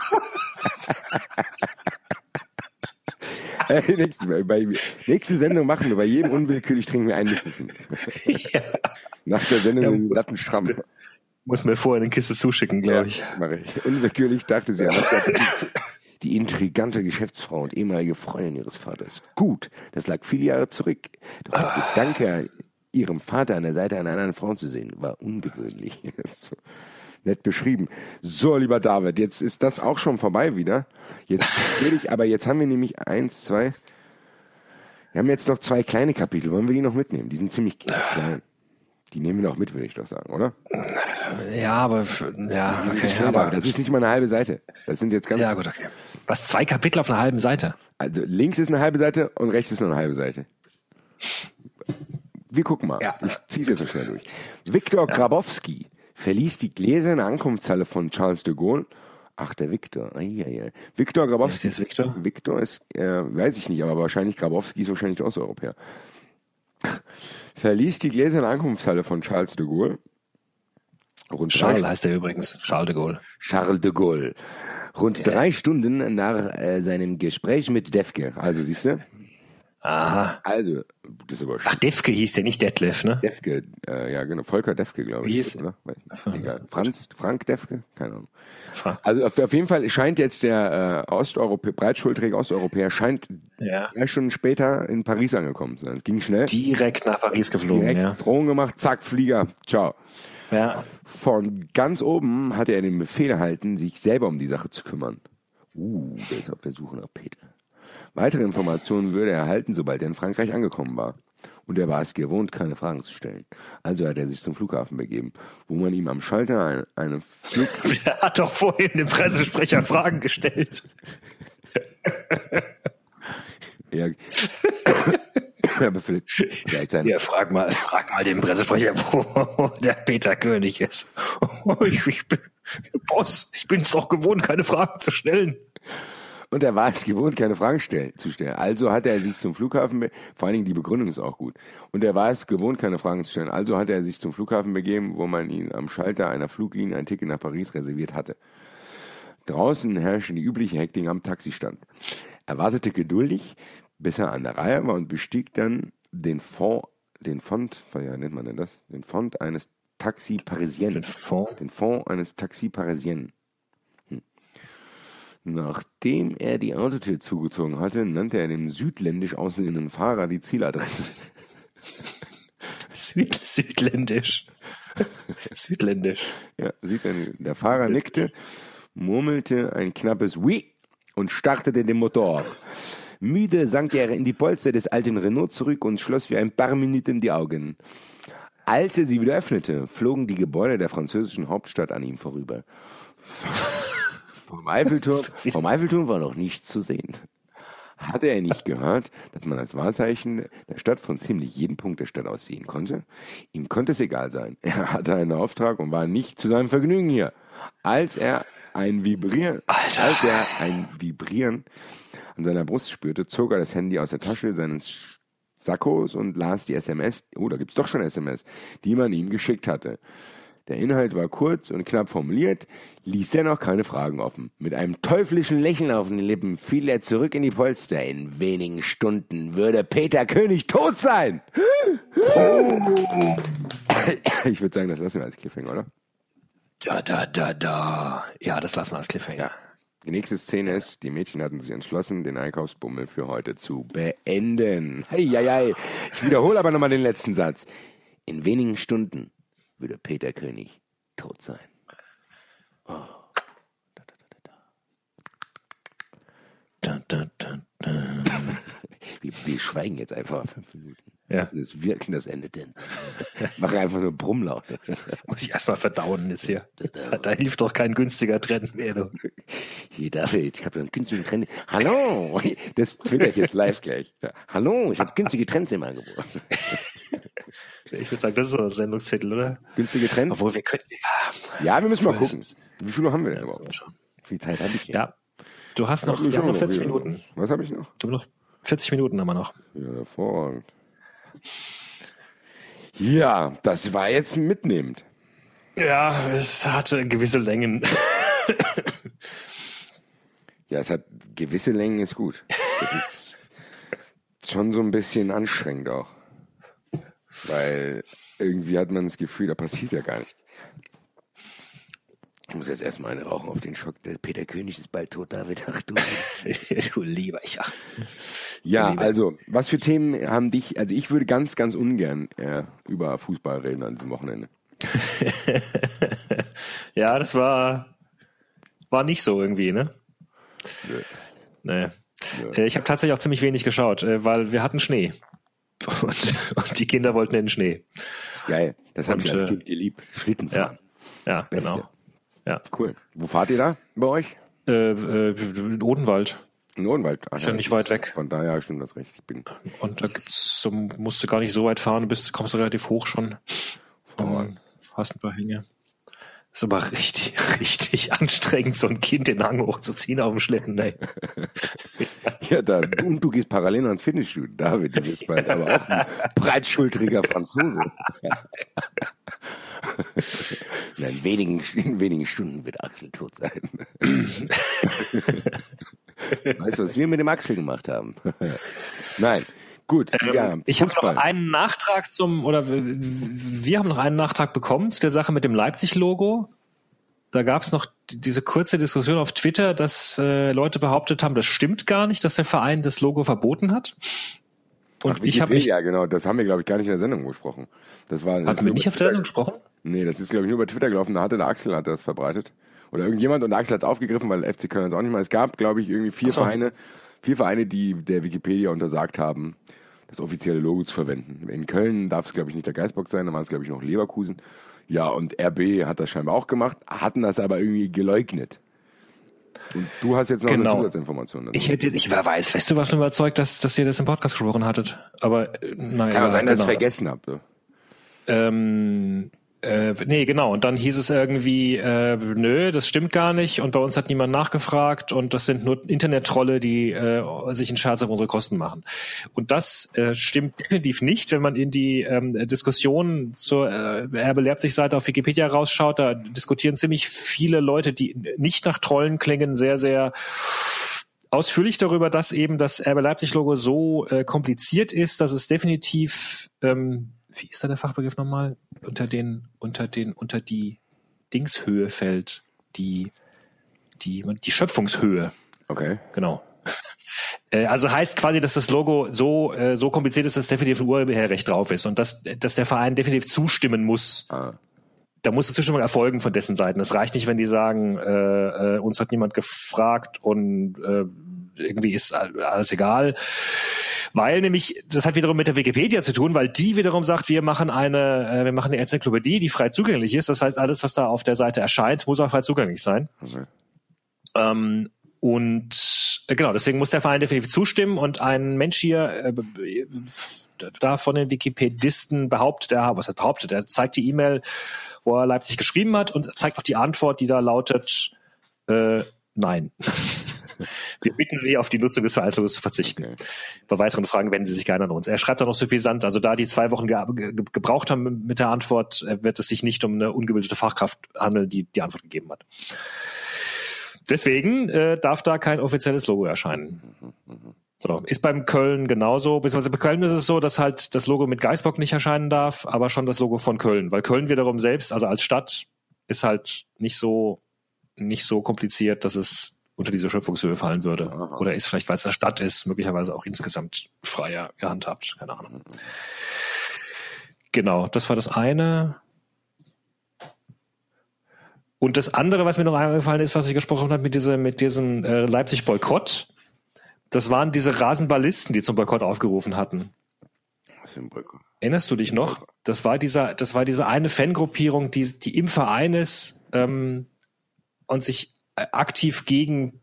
äh, nächste, bei, nächste Sendung machen wir bei jedem unwillkürlich trinken wir ein Nickerchen. Ja. Nach der Sendung Ja, den muss- Latten stramm. Muss mir vorher eine Kiste zuschicken, glaube ich. Mache ich. Unwillkürlich dachte sie an Nadja Paris. Die intrigante Geschäftsfrau und ehemalige Freundin ihres Vaters. Gut, das lag viele Jahre zurück. Doch der Ah. Gedanke, ihrem Vater an der Seite einer anderen Frau zu sehen, war ungewöhnlich. So nett beschrieben. So, lieber David, jetzt ist das auch schon vorbei wieder. Jetzt will ich, aber jetzt haben wir nämlich eins, zwei. Wir haben jetzt noch zwei kleine Kapitel. Wollen wir die noch mitnehmen? Die sind ziemlich klein. Die nehmen wir noch mit, würde ich doch sagen, oder? Ja, aber, ja, Die sind okay, schneller. aber, das ist nicht mal eine halbe Seite. Das sind jetzt ganz. ja, gut, okay. Was, zwei Kapitel auf einer halben Seite? Also links ist eine halbe Seite und rechts ist noch eine halbe Seite. Wir gucken mal. Ja. Ich ziehe es jetzt so schnell durch. Viktor Grabowski verließ die gläserne Ankunftshalle von Charles de Gaulle. Ach, der Viktor. Eieiei. Viktor Grabowski. Wer ist jetzt Viktor? Viktor ist, äh, weiß ich nicht, aber wahrscheinlich Grabowski ist wahrscheinlich der Osteuropäer. Verließ die gläserne Ankunftshalle von Charles de Gaulle. Rund Charles drei- heißt er übrigens. Charles de Gaulle. Charles de Gaulle. Rund drei Stunden nach äh, seinem Gespräch mit Defke. Also, siehst du? Aha. Also, das ist aber Ach, Defke hieß der, nicht Detlef, ne? Defke, äh, ja genau, Volker Defke, glaube ich. Wie hieß- oder? Weiß nicht. Egal. Franz, Frank Defke? Keine Ahnung. Frank. Also auf, auf jeden Fall scheint jetzt der äh, Osteuropäer, breitschultrige Osteuropäer, scheint Ja. drei Stunden später in Paris angekommen zu sein. Es ging schnell. Direkt nach Paris geflogen, Direkt ja. Drohung gemacht, zack, Flieger, ciao. Ja. Von ganz oben hatte er den Befehl erhalten, sich selber um die Sache zu kümmern. Uh, der ist auf der Suche nach Peter. Weitere Informationen würde er erhalten, sobald er in Frankreich angekommen war. Und er war es gewohnt, keine Fragen zu stellen. Also hat er sich zum Flughafen begeben, wo man ihm am Schalter eine, eine Flug... Der hat doch vorhin dem Pressesprecher Fragen gestellt. ja, er befehlt vielleicht sein... Ja, frag mal, frag mal den Pressesprecher, wo der Peter König ist. Oh, ich, ich bin, Boss, ich bin's doch gewohnt, keine Fragen zu stellen. Und er war es gewohnt, keine Fragen stellen, zu stellen. Also hat er sich zum Flughafen, be- vor allen Dingen die Begründung ist auch gut. Und er war es gewohnt, keine Fragen zu stellen. Also hat er sich zum Flughafen begeben, wo man ihn am Schalter einer Fluglinie ein Ticket nach Paris reserviert hatte. Draußen herrschte die übliche Hektik am Taxistand. Er wartete geduldig, bis er an der Reihe war und bestieg dann den Fond, den Fond, ja, nennt man denn das? Den Fond eines Taxi Parisien. Den Fond? Den Fond eines Taxi Parisien. Nachdem er die Autotür zugezogen hatte, nannte er dem südländisch aussehenden Fahrer die Zieladresse. Süd, südländisch. Südländisch. Ja, südländisch. Der Fahrer nickte, murmelte ein knappes Oui und startete den Motor. Müde sank er in die Polster des alten Renault zurück und schloss für ein paar Minuten die Augen. Als er sie wieder öffnete, flogen die Gebäude der französischen Hauptstadt an ihm vorüber. Vom Eiffelturm, vom Eiffelturm war noch nichts zu sehen. Hatte er nicht gehört, dass man als Wahrzeichen der Stadt von ziemlich jedem Punkt der Stadt aus sehen konnte? Ihm konnte es egal sein. Er hatte einen Auftrag und war nicht zu seinem Vergnügen hier. Als er ein Vibrieren, Alter. als er ein Vibrieren an seiner Brust spürte, zog er das Handy aus der Tasche seines Sakkos und las die S M S, oh, da gibt's doch schon S M S, die man ihm geschickt hatte. Der Inhalt war kurz und knapp formuliert, ließ dennoch keine Fragen offen. Mit einem teuflischen Lächeln auf den Lippen fiel er zurück in die Polster. In wenigen Stunden würde Peter König tot sein. Oh. Ich würde sagen, das lassen wir als Cliffhanger, oder? Da, da, da, da. Ja, das lassen wir als Cliffhanger. Ja. Die nächste Szene ist, die Mädchen hatten sich entschlossen, den Einkaufsbummel für heute zu beenden. Hei, hei, hei. Ich wiederhole aber nochmal den letzten Satz. In wenigen Stunden würde Peter König tot sein. Oh. Da, da, da, da. Da, da, da. Wir, wir schweigen jetzt einfach fünf Minuten. Ja. Lassen es wirken, das endet denn. Machen einfach nur Brummlaut. Das muss ich erstmal verdauen jetzt hier. Da, da hilft doch kein günstiger Trend mehr. Du. Hier, David, ich habe einen günstigen Trend. Hallo! Das twitter ich jetzt live gleich. Hallo, ich habe günstige Trends im Angebot. Ich würde sagen, das ist so ein Sendungstitel, oder? Günstige Trends? Obwohl wir können. Ja, ja wir müssen mal gucken. Wie viel Uhr haben wir denn überhaupt? Schon. Wie viel Zeit habe ich hier? Ja. Du hast noch, wir haben noch vierzig Minuten. Was habe ich noch? Du hast noch vierzig Minuten haben wir noch. Ja, hervorragend. Ja, das war jetzt mitnehmend. Ja, es hatte gewisse Längen. Ja, es hat gewisse Längen, ist gut. Das ist schon so ein bisschen anstrengend auch. Weil irgendwie hat man das Gefühl, da passiert ja gar nichts. Ich muss jetzt erstmal eine rauchen auf den Schock. Der Peter König ist bald tot, David. Ach du. Du lieber ich. Ach. Ja, also, was für Themen haben dich, also ich würde ganz, ganz ungern äh, über Fußball reden an diesem Wochenende. Ja, das war, war nicht so irgendwie, ne? Nö. Nee. Nö. Ich habe tatsächlich auch ziemlich wenig geschaut, weil wir hatten Schnee. Und, und die Kinder wollten in den Schnee. Geil, das habe ich als äh, Kind geliebt. Schlitten fahren. Ja, ja Beste. genau. Ja. Cool. Wo fahrt ihr da bei euch? Äh, äh, Odenwald. In Odenwald. Ach, Ist ja nicht weit weg. Von daher stimmt das recht. Ich bin Und da gibt's, so, musst du gar nicht so weit fahren, du bist, kommst du relativ hoch schon. Und hast ein paar Hänge. Ist aber richtig, richtig anstrengend, so ein Kind den Hang hochzuziehen auf dem Schlitten, ey. Ja, da, und du gehst parallel ans Fitnessstudio. David, du bist bald aber auch ein breitschultriger Franzose. In wenigen, in wenigen Stunden wird Axel tot sein. Weißt du, was wir mit dem Axel gemacht haben? Nein. Gut, ähm, ja. Ich habe noch einen Nachtrag zum, oder wir haben noch einen Nachtrag bekommen zu der Sache mit dem Leipzig-Logo. Da gab es noch diese kurze Diskussion auf Twitter, dass äh, Leute behauptet haben, das stimmt gar nicht, dass der Verein das Logo verboten hat. Und Ach, ich habe mich, ja, genau, das haben wir, glaube ich, gar nicht in der Sendung besprochen. Das war, das hatten wir nicht auf der Sendung gesprochen? Nee, das ist, glaube ich, nur bei Twitter gelaufen. Da hatte der Axel hat das verbreitet. Oder irgendjemand, und der Axel hat es aufgegriffen, weil F C Köln es auch nicht mal. Es gab, glaube ich, irgendwie vier so. Vereine, vier Vereine, die der Wikipedia untersagt haben, das offizielle Logo zu verwenden. In Köln darf es, glaube ich, nicht der Geisbock sein, da waren es, glaube ich, noch Leverkusen. Ja, und R B hat das scheinbar auch gemacht, hatten das aber irgendwie geleugnet. Und du hast jetzt noch Genau. eine Zusatzinformation dazu. Ich hätte, ich war weiß, fest, du warst schon überzeugt, dass, dass ihr das im Podcast gesprochen hattet. Aber äh, naja. Kann aber sein, dass ich genau. es vergessen habe. So. Ähm, äh, nee, genau. Und dann hieß es irgendwie, äh, nö, das stimmt gar nicht. Und bei uns hat niemand nachgefragt. Und das sind nur Internet-Trolle, die äh, sich einen Scherz auf unsere Kosten machen. Und das äh, stimmt definitiv nicht, wenn man in die ähm, Diskussion zur äh, R B Leipzig-Seite auf Wikipedia rausschaut. Da diskutieren ziemlich viele Leute, die nicht nach Trollen klingen, sehr, sehr ausführlich darüber, dass eben das R B Leipzig-Logo so äh, kompliziert ist, dass es definitiv ähm, wie ist da der Fachbegriff nochmal? Unter den, unter den, unter die Dingshöhe fällt, die, die, die Schöpfungshöhe. Okay. Genau. Also heißt quasi, dass das Logo so, so kompliziert ist, dass definitiv ein Urheberrecht drauf ist und dass, dass der Verein definitiv zustimmen muss. Ah. Da muss eine Zustimmung erfolgen von dessen Seiten. Es reicht nicht, wenn die sagen, äh, äh, uns hat niemand gefragt und äh, irgendwie ist alles egal. Weil nämlich, das hat wiederum mit der Wikipedia zu tun, weil die wiederum sagt, wir machen eine, äh, wir machen eine Enzyklopädie, die frei zugänglich ist. Das heißt, alles, was da auf der Seite erscheint, muss auch frei zugänglich sein. Okay. Ähm, und äh, genau, deswegen muss der Verein definitiv zustimmen und ein Mensch hier äh, da von den Wikipedisten behauptet, er, was er behauptet, er zeigt die E-Mail, wo er Leipzig geschrieben hat und zeigt auch die Antwort, die da lautet, äh, nein. Wir bitten Sie, auf die Nutzung des Vereinslogos zu verzichten. Okay. Bei weiteren Fragen wenden Sie sich gerne an uns. Er schreibt auch noch suffisant, also da die zwei Wochen ge- ge- gebraucht haben mit der Antwort, wird es sich nicht um eine ungebildete Fachkraft handeln, die die Antwort gegeben hat. Deswegen äh, darf da kein offizielles Logo erscheinen. So, ist beim Köln genauso, beziehungsweise bei Köln ist es so, dass halt das Logo mit Geißbock nicht erscheinen darf, aber schon das Logo von Köln, weil Köln wiederum selbst, also als Stadt, ist halt nicht so nicht so kompliziert, dass es unter diese Schöpfungshöhe fallen würde. Aha. Oder ist vielleicht, weil es eine Stadt ist, möglicherweise auch insgesamt freier gehandhabt. Keine Ahnung. Genau, das war das eine. Und das andere, was mir noch eingefallen ist, was ich gesprochen habe mit, diese, mit diesem äh, Leipzig-Boykott, das waren diese Rasenballisten, die zum Boykott aufgerufen hatten. Was für ein Boykott? Erinnerst du dich noch? Das war dieser, das war diese eine Fangruppierung, die, die im Verein ist, ähm, und sich aktiv gegen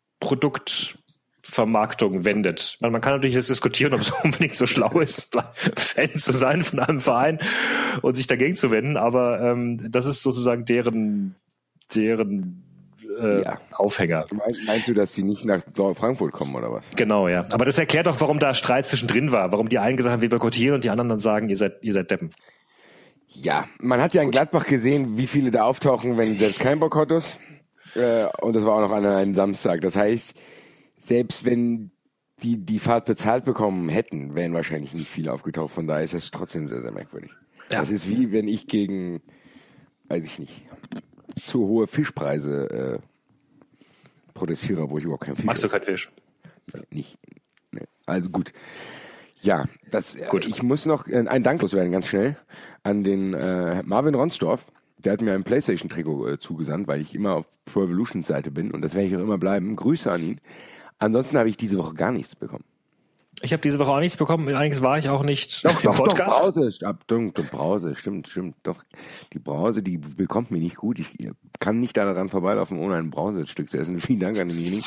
Produktvermarktung wendet. Man, man kann natürlich jetzt diskutieren, ob es unbedingt so schlau ist, Fan zu sein von einem Verein und sich dagegen zu wenden, aber ähm, das ist sozusagen deren, deren äh, ja. Aufhänger. Meinst, meinst du, dass die nicht nach Frankfurt kommen oder was? Genau, ja. Aber das erklärt auch, warum da Streit zwischendrin war, warum die einen gesagt haben, wir boykottieren und die anderen dann sagen, ihr seid, ihr seid Deppen. Ja, man hat ja in Gladbach gesehen, wie viele da auftauchen, wenn selbst kein Boykott ist. Äh, und das war auch noch an einem Samstag. Das heißt, selbst wenn die die Fahrt bezahlt bekommen hätten, wären wahrscheinlich nicht viele aufgetaucht. Von daher ist das trotzdem sehr, sehr merkwürdig. Ja. Das ist wie, wenn ich gegen, weiß ich nicht, zu hohe Fischpreise äh, protestiere, wo ich überhaupt keinen Fisch Magst du keinen Fisch? Nicht. Nee. Also gut. Ja, das, gut. Ich muss noch äh, einen Dank loswerden, ganz schnell, an den äh, Marvin Ronsdorf. Der hat mir ein PlayStation-Trikot äh, zugesandt, weil ich immer auf Pro Evolutions Seite bin und das werde ich auch immer bleiben. Grüße an ihn. Ansonsten habe ich diese Woche gar nichts bekommen. Ich habe diese Woche auch nichts bekommen. Allerdings war ich auch nicht doch, im doch, Podcast. Doch, Brause, ab, doch, doch, Brause, stimmt, stimmt. Doch, die Brause, die bekommt mir nicht gut. Ich kann nicht daran vorbeilaufen, ohne ein Brausestück zu essen. Vielen Dank an denjenigen.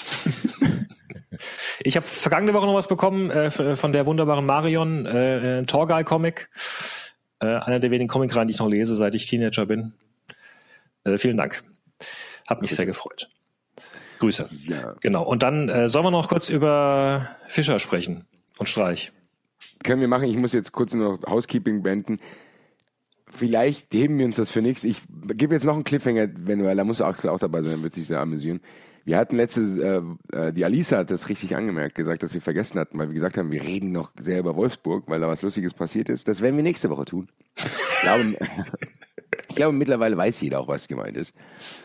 Ich habe vergangene Woche noch was bekommen äh, von der wunderbaren Marion, äh, ein Torgal-Comic. Äh, einer der wenigen Comicreihen, die ich noch lese, seit ich Teenager bin. Äh, vielen Dank. Hab mich sehr gefreut. Grüße. Ja. Genau. Und dann äh, sollen wir noch kurz über Fischer sprechen und Streich. Können wir machen. Ich muss jetzt kurz noch Housekeeping beenden. Vielleicht heben wir uns das für nichts. Ich gebe jetzt noch einen Cliffhanger, wenn, weil da muss Axel auch dabei sein, dann wird sich sehr amüsieren. Wir hatten letztes, äh, die Alisa hat das richtig angemerkt, gesagt, dass wir vergessen hatten, weil wir gesagt haben, wir reden noch sehr über Wolfsburg, weil da was Lustiges passiert ist. Das werden wir nächste Woche tun. Ich glaube, ich glaube, mittlerweile weiß jeder auch, was gemeint ist.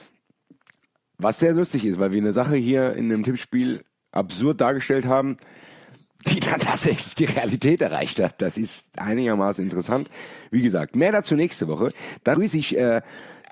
Was sehr lustig ist, weil wir eine Sache hier in einem Tippspiel absurd dargestellt haben, die dann tatsächlich die Realität erreicht hat. Das ist einigermaßen interessant. Wie gesagt, mehr dazu nächste Woche. Dann grüße ich äh,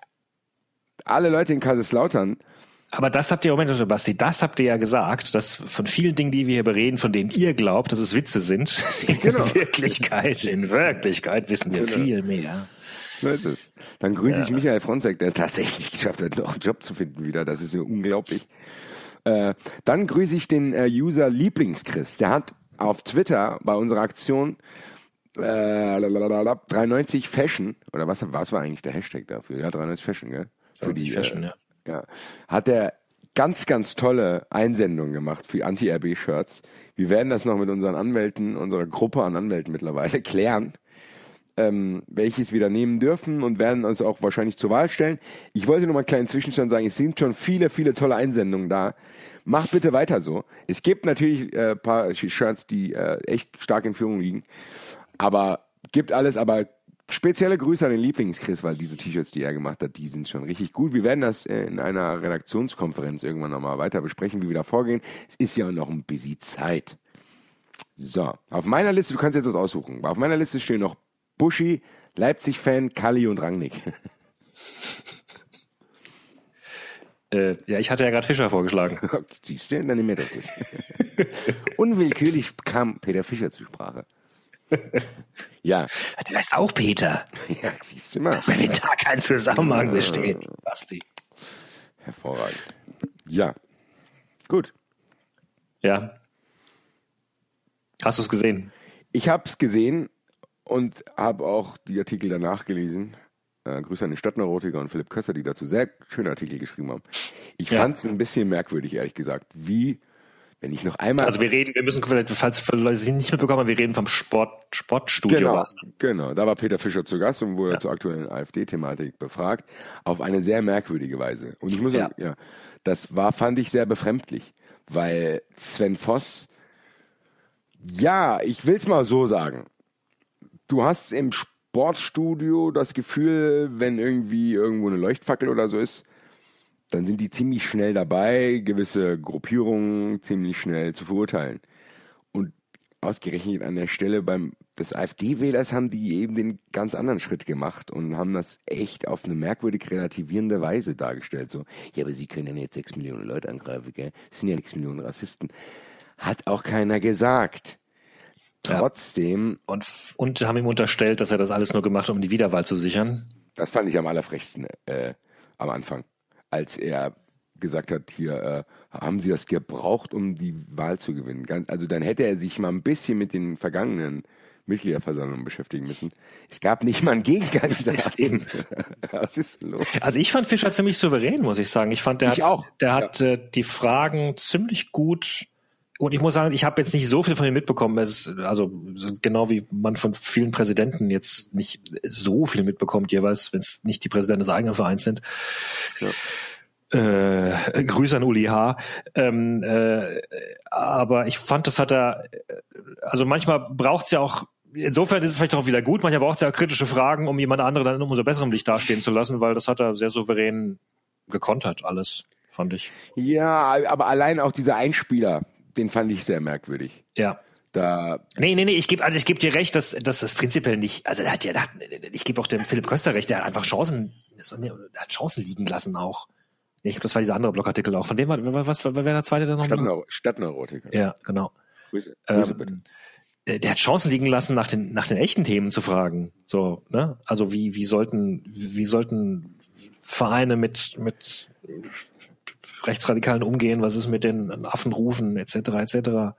alle Leute in Kaiserslautern. Aber das habt ihr, Moment, Basti, das habt ihr ja gesagt, dass von vielen Dingen, die wir hier bereden, von denen ihr glaubt, dass es Witze sind, in genau. Wirklichkeit, in Wirklichkeit wissen wir genau. viel mehr. So ist es. Dann grüße ja. ich Michael Fronzek, der es tatsächlich geschafft hat, noch einen Job zu finden wieder. Das ist ja unglaublich. Äh, dann grüße ich den äh, User Lieblingschris. Der hat auf Twitter bei unserer Aktion äh, dreiundneunzig Fashion, oder was, was war eigentlich der Hashtag dafür? Ja, dreiundneunzig Fashion, gell? Für die Fashion, äh, ja. ja. Hat er ganz, ganz tolle Einsendungen gemacht für Anti-R B-Shirts. Wir werden das noch mit unseren Anwälten, unserer Gruppe an Anwälten mittlerweile klären, ähm, welches wir da nehmen dürfen und werden uns auch wahrscheinlich zur Wahl stellen. Ich wollte nur mal einen kleinen Zwischenstand sagen, es sind schon viele, viele tolle Einsendungen da. Macht bitte weiter so. Es gibt natürlich ein äh, paar Shirts, die äh, echt stark in Führung liegen, aber gibt alles, aber spezielle Grüße an den Lieblingschris, weil diese T-Shirts, die er gemacht hat, die sind schon richtig gut. Wir werden das äh, in einer Redaktionskonferenz irgendwann nochmal weiter besprechen, wie wir da vorgehen. Es ist ja noch ein bisschen Zeit. So, auf meiner Liste, du kannst jetzt was aussuchen, auf meiner Liste stehen noch Buschi, Leipzig-Fan, Kalli und Rangnick. Äh, ja, ich hatte ja gerade Fischer vorgeschlagen. Siehst du, dann nimm mir doch das. Unwillkürlich kam Peter Fischer zur Sprache. Ja. Der heißt auch Peter. Ja, siehst du mal. Wenn da kein Zusammenhang besteht. Basti. Hervorragend. Ja. Gut. Ja. Hast du es gesehen? Ich habe es gesehen und habe auch die Artikel danach gelesen. Äh, Grüße an den Stadtneurotiker und Philipp Kösser, die dazu sehr schöne Artikel geschrieben haben. Ich ja. fand es ein bisschen merkwürdig, ehrlich gesagt, wie Wenn ich noch einmal... Also wir reden, wir müssen, falls Leute es nicht mitbekommen, wir reden vom Sport, Sportstudio. Genau, was. genau, da war Peter Fischer zu Gast und wurde Ja. zur aktuellen AfD-Thematik befragt, auf eine sehr merkwürdige Weise. Und ich muss Ja. sagen, ja, das war, fand ich sehr befremdlich, weil Sven Voss, ja, ich will's mal so sagen, du hast im Sportstudio das Gefühl, wenn irgendwie irgendwo eine Leuchtfackel oder so ist, dann sind die ziemlich schnell dabei, gewisse Gruppierungen ziemlich schnell zu verurteilen. Und ausgerechnet an der Stelle beim des AfD-Wählers haben die eben den ganz anderen Schritt gemacht und haben das echt auf eine merkwürdig relativierende Weise dargestellt. So, ja, aber sie können ja jetzt sechs Millionen Leute angreifen, gell? Das sind ja sechs Millionen Rassisten. Hat auch keiner gesagt. Trotzdem. Und, und haben ihm unterstellt, dass er das alles nur gemacht hat, um die Wiederwahl zu sichern. Das fand ich am allerfrechsten äh, am Anfang, als er gesagt hat, hier, äh, haben Sie das gebraucht, um die Wahl zu gewinnen? Ganz, also dann hätte er sich mal ein bisschen mit den vergangenen Mitgliederversammlungen beschäftigen müssen. Es gab nicht mal einen Gegenkandidaten. Was ist los? Also ich fand Fischer ziemlich souverän, muss ich sagen. Ich fand, der Ich hat, auch. der Ja. hat äh, die Fragen ziemlich gut. Und ich muss sagen, ich habe jetzt nicht so viel von ihm mitbekommen. Es ist, also genau wie man von vielen Präsidenten jetzt nicht so viel mitbekommt jeweils, wenn es nicht die Präsidenten des eigenen Vereins sind. Ja. Äh, Grüße an Uli H. Ähm, äh, aber ich fand, das hat er, also manchmal braucht es ja auch, insofern ist es vielleicht auch wieder gut, manchmal braucht es ja auch kritische Fragen, um jemand anderen dann in umso besserem Licht dastehen zu lassen, weil das hat er sehr souverän gekontert, alles, fand ich. Ja, aber allein auch dieser Einspieler, den fand ich sehr merkwürdig. Ja. Da, Nee, nee, nee, ich gebe also ich gebe dir recht, dass, dass das prinzipiell nicht, also er hat ja, ich gebe auch dem Philipp Köster recht, der hat einfach Chancen, der hat Chancen liegen lassen auch. Nee, ich glaube, das war dieser andere Blogartikel auch. Von dem war, was, wer war der zweite da noch? Stadtneu- Stadtneurotiker. Ja, genau. Grüße, Grüße Ähm, bitte. äh, Der hat Chancen liegen lassen, nach den, nach den echten Themen zu fragen. So, ne? Also wie, wie sollten, wie sollten Vereine mit, mit Rechtsradikalen umgehen? Was ist mit den Affenrufen, et cetera, et cetera?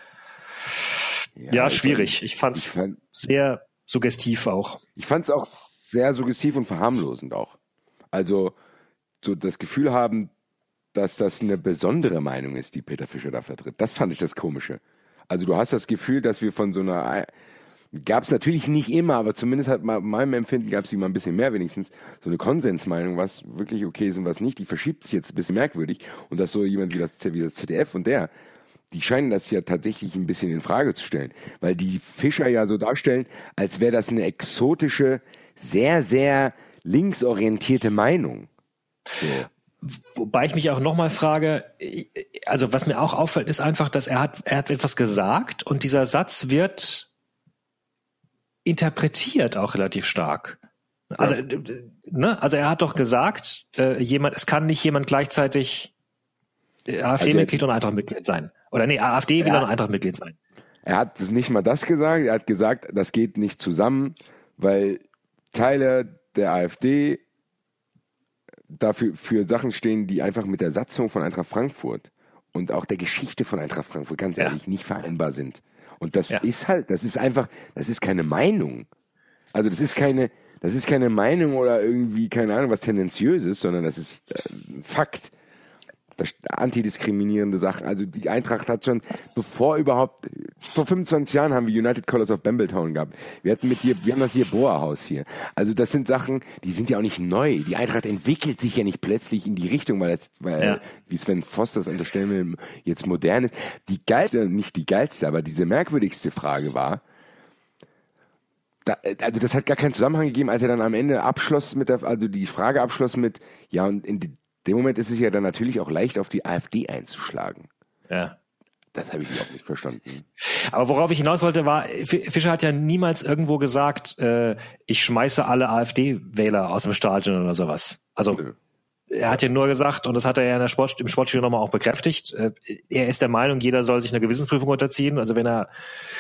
Ja, ich schwierig. Ich Ich fand's fand sehr suggestiv auch. ich fand's auch sehr suggestiv und verharmlosend auch. Also so das Gefühl haben, dass das eine besondere Meinung ist, die Peter Fischer da vertritt. Das fand ich das Komische. Also du hast das Gefühl, dass wir von so einer, gab es natürlich nicht immer, aber zumindest hat mal, meinem Empfinden gab es die mal ein bisschen mehr wenigstens, so eine Konsensmeinung, was wirklich okay ist und was nicht, die verschiebt sich jetzt ein bisschen merkwürdig und dass so jemand wie das, wie das Z D F und der, die scheinen das ja tatsächlich ein bisschen in Frage zu stellen, weil die Fischer ja so darstellen, als wäre das eine exotische, sehr, sehr linksorientierte Meinung. So. Wobei ich mich auch nochmal frage, also was mir auch auffällt, ist einfach, dass er hat, er hat etwas gesagt und dieser Satz wird interpretiert auch relativ stark. Also, ja. ne, also er hat doch gesagt, äh, jemand, es kann nicht jemand gleichzeitig AfD-Mitglied also und Eintracht-Mitglied sein. Oder nee, AfD will ja. und Eintracht-Mitglied sein. Er hat nicht mal das gesagt, er hat gesagt, das geht nicht zusammen, weil Teile der AfD dafür für Sachen stehen, die einfach mit der Satzung von Eintracht Frankfurt und auch der Geschichte von Eintracht Frankfurt ganz ehrlich ja. nicht vereinbar sind. Und das ja. ist halt, das ist einfach, das ist keine Meinung. Also das ist keine, das ist keine Meinung oder irgendwie, keine Ahnung, was Tendenziöses, sondern das ist äh, Fakt. Das, antidiskriminierende Sachen. Also die Eintracht hat schon, bevor überhaupt, vor fünfundzwanzig Jahren haben wir United Colors of Bambletown gehabt. Wir hatten mit dir, wir haben das hier Boa-Haus hier. Also das sind Sachen, die sind ja auch nicht neu. Die Eintracht entwickelt sich ja nicht plötzlich in die Richtung, weil es, weil, ja. wie Sven Voss das unterstellen will, jetzt modern ist. Die geilste, nicht die geilste, aber diese merkwürdigste Frage war, da, also das hat gar keinen Zusammenhang gegeben, als er dann am Ende abschloss mit der, also die Frage abschloss mit, ja, und in die, in dem Moment ist es ja dann natürlich auch leicht, auf die AfD einzuschlagen. Ja. Das habe ich überhaupt nicht verstanden. Aber worauf ich hinaus wollte, war, Fischer hat ja niemals irgendwo gesagt, äh, ich schmeiße alle AfD-Wähler aus dem Stadion oder sowas. Also Nö. Er hat ja nur gesagt, und das hat er ja in der Sport, im Sportstudio nochmal auch bekräftigt, äh, er ist der Meinung, jeder soll sich einer Gewissensprüfung unterziehen. Also wenn er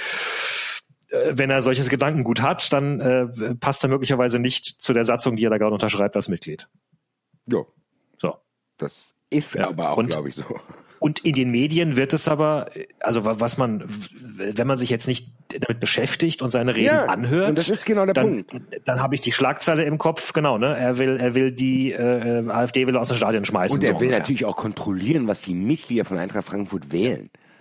äh, wenn er solches Gedankengut hat, dann äh, passt er möglicherweise nicht zu der Satzung, die er da gerade unterschreibt als Mitglied. Ja. So. Das ist ja, aber auch, glaube ich, so. Und in den Medien wird es aber, also was man, wenn man sich jetzt nicht damit beschäftigt und seine Reden ja, anhört, und das ist genau der dann, Punkt. Dann habe ich die Schlagzeile im Kopf, genau, ne? Er will, er will die äh, AfD will aus dem Stadion schmeißen. Und er so will ungefähr. natürlich auch kontrollieren, was die Mitglieder von Eintracht Frankfurt wählen.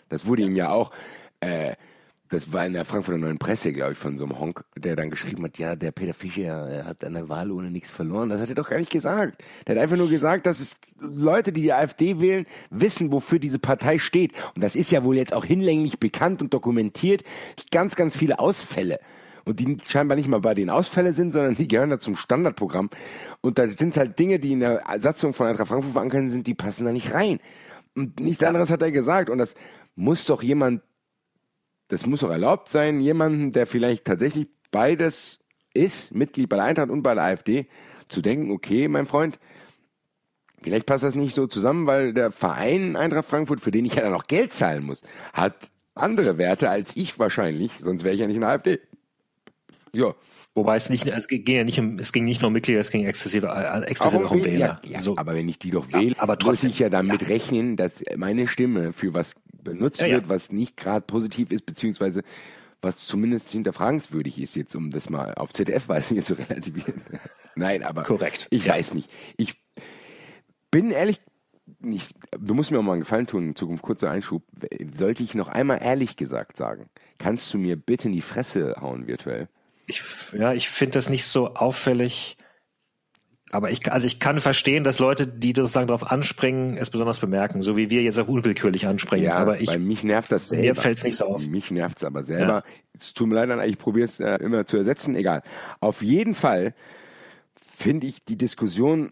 Das wurde ihm ja auch, äh, das war in der Frankfurter Neuen Presse, glaube ich, von so einem Honk, der dann geschrieben hat, ja, der Peter Fischer er hat an der Wahl ohne nichts verloren. Das hat er doch gar nicht gesagt. Der hat einfach nur gesagt, dass es Leute, die die AfD wählen, wissen, wofür diese Partei steht. Und das ist ja wohl jetzt auch hinlänglich bekannt und dokumentiert. Ganz, ganz viele Ausfälle. Und die scheinbar nicht mal bei den Ausfällen sind, sondern die gehören da zum Standardprogramm. Und da sind halt Dinge, die in der Satzung von Eintracht Frankfurt verankert sind, die passen da nicht rein. Und nichts anderes hat er gesagt. Und das muss doch jemand Das muss doch erlaubt sein, jemanden, der vielleicht tatsächlich beides ist, Mitglied bei der Eintracht und bei der AfD, zu denken, okay, mein Freund, vielleicht passt das nicht so zusammen, weil der Verein Eintracht Frankfurt, für den ich ja dann noch Geld zahlen muss, hat andere Werte als ich wahrscheinlich, sonst wäre ich ja nicht in der AfD. Ja. Wobei es nicht, es ging ja nicht um, es ging nicht nur um Mitglieder, es ging exzessiv, äh, explizit auch um Wähler. Ja, ja, so. Aber wenn ich die doch ja, wähle, aber trotzdem, muss ich ja damit ja. rechnen, dass meine Stimme für was benutzt ja, wird, ja. was nicht gerade positiv ist, beziehungsweise was zumindest hinterfragenswürdig ist, jetzt um das mal auf Z D F-Weise hier zu relativieren. Nein, aber korrekt. Ich ja. weiß nicht. Ich bin ehrlich nicht, du musst mir auch mal einen Gefallen tun, in Zukunft kurzer Einschub. Sollte ich noch einmal ehrlich gesagt sagen, kannst du mir bitte in die Fresse hauen virtuell? Ich, ja, ich finde das nicht so auffällig, aber ich, also ich kann verstehen, dass Leute, die sozusagen darauf anspringen, es besonders bemerken, so wie wir jetzt auf unwillkürlich anspringen. Ja, aber ich, bei mich nervt das selber. Mir fällt es nicht so auf. Mich nervt es aber selber. Ja. Es tut mir leid, ich probiere es äh, immer zu ersetzen, egal. Auf jeden Fall finde ich die Diskussion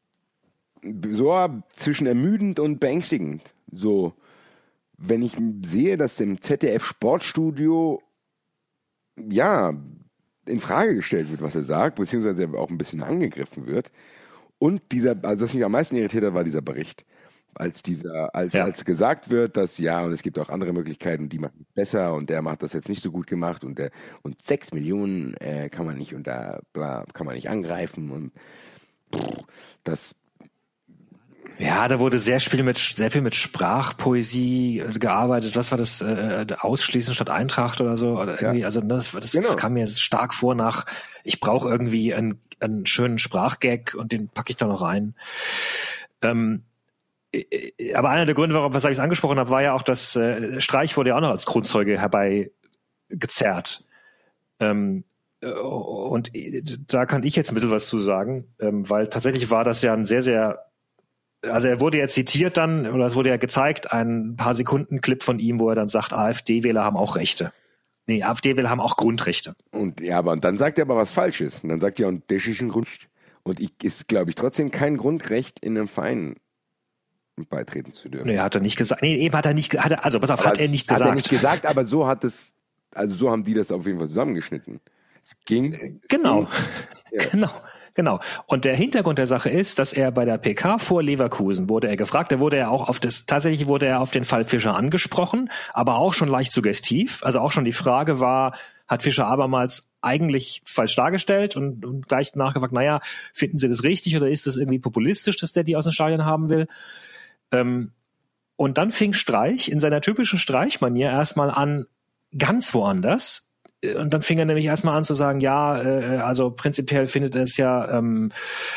so zwischen ermüdend und beängstigend. So, wenn ich sehe, dass im Z D F Sportstudio ja in Frage gestellt wird, was er sagt, beziehungsweise auch ein bisschen angegriffen wird. Und dieser, also was mich am meisten irritiert hat, war dieser Bericht. Als dieser, als, ja. als gesagt wird, dass ja, und es gibt auch andere Möglichkeiten, die machen besser und der macht das jetzt nicht so gut gemacht und der, und sechs Millionen äh, kann man nicht und da bla, kann man nicht angreifen und pff, das ja, da wurde sehr viel mit sehr viel mit Sprachpoesie gearbeitet. Was war das? Äh, Ausschließen statt Eintracht oder so? Oder irgendwie, ja. Also das, das, genau. das kam mir stark vor nach, ich brauche irgendwie einen, einen schönen Sprachgag und den packe ich da noch rein. Ähm, aber einer der Gründe, warum, was ich angesprochen habe, war ja auch, dass äh, Streich wurde ja auch noch als Kronzeuge herbeigezerrt. Ähm, und da kann ich jetzt ein bisschen was zu sagen, ähm, weil tatsächlich war das ja ein sehr, sehr Also er wurde ja zitiert dann, oder es wurde ja gezeigt, ein paar Sekunden Clip von ihm, wo er dann sagt, AfD-Wähler haben auch Rechte. Nee, AfD-Wähler haben auch Grundrechte. Und ja, aber und dann sagt er aber was Falsches. Und dann sagt er, und das ist ein Grundrecht. Und ich, ist, glaube ich, trotzdem kein Grundrecht, in einem Verein beitreten zu dürfen. Nee, hat er nicht gesagt. Nee, eben hat er nicht, hat er, also pass auf, aber hat er nicht hat gesagt. Hat er nicht gesagt, aber so hat es, also so haben die das auf jeden Fall zusammengeschnitten. Es ging. Genau. Ging, ja. Genau. Genau. Und der Hintergrund der Sache ist, dass er bei der P K vor Leverkusen wurde er gefragt, da wurde er auch auf das, tatsächlich wurde er auf den Fall Fischer angesprochen, aber auch schon leicht suggestiv. Also auch schon die Frage war, hat Fischer abermals eigentlich falsch dargestellt und, und gleich nachgefragt, naja, finden Sie das richtig oder ist das irgendwie populistisch, dass der die aus dem Stadion haben will? Ähm, und dann fing Streich in seiner typischen Streichmanier erstmal an, ganz woanders. Und dann fing er nämlich erstmal an zu sagen, ja, äh, also prinzipiell findet er es ja, ähm,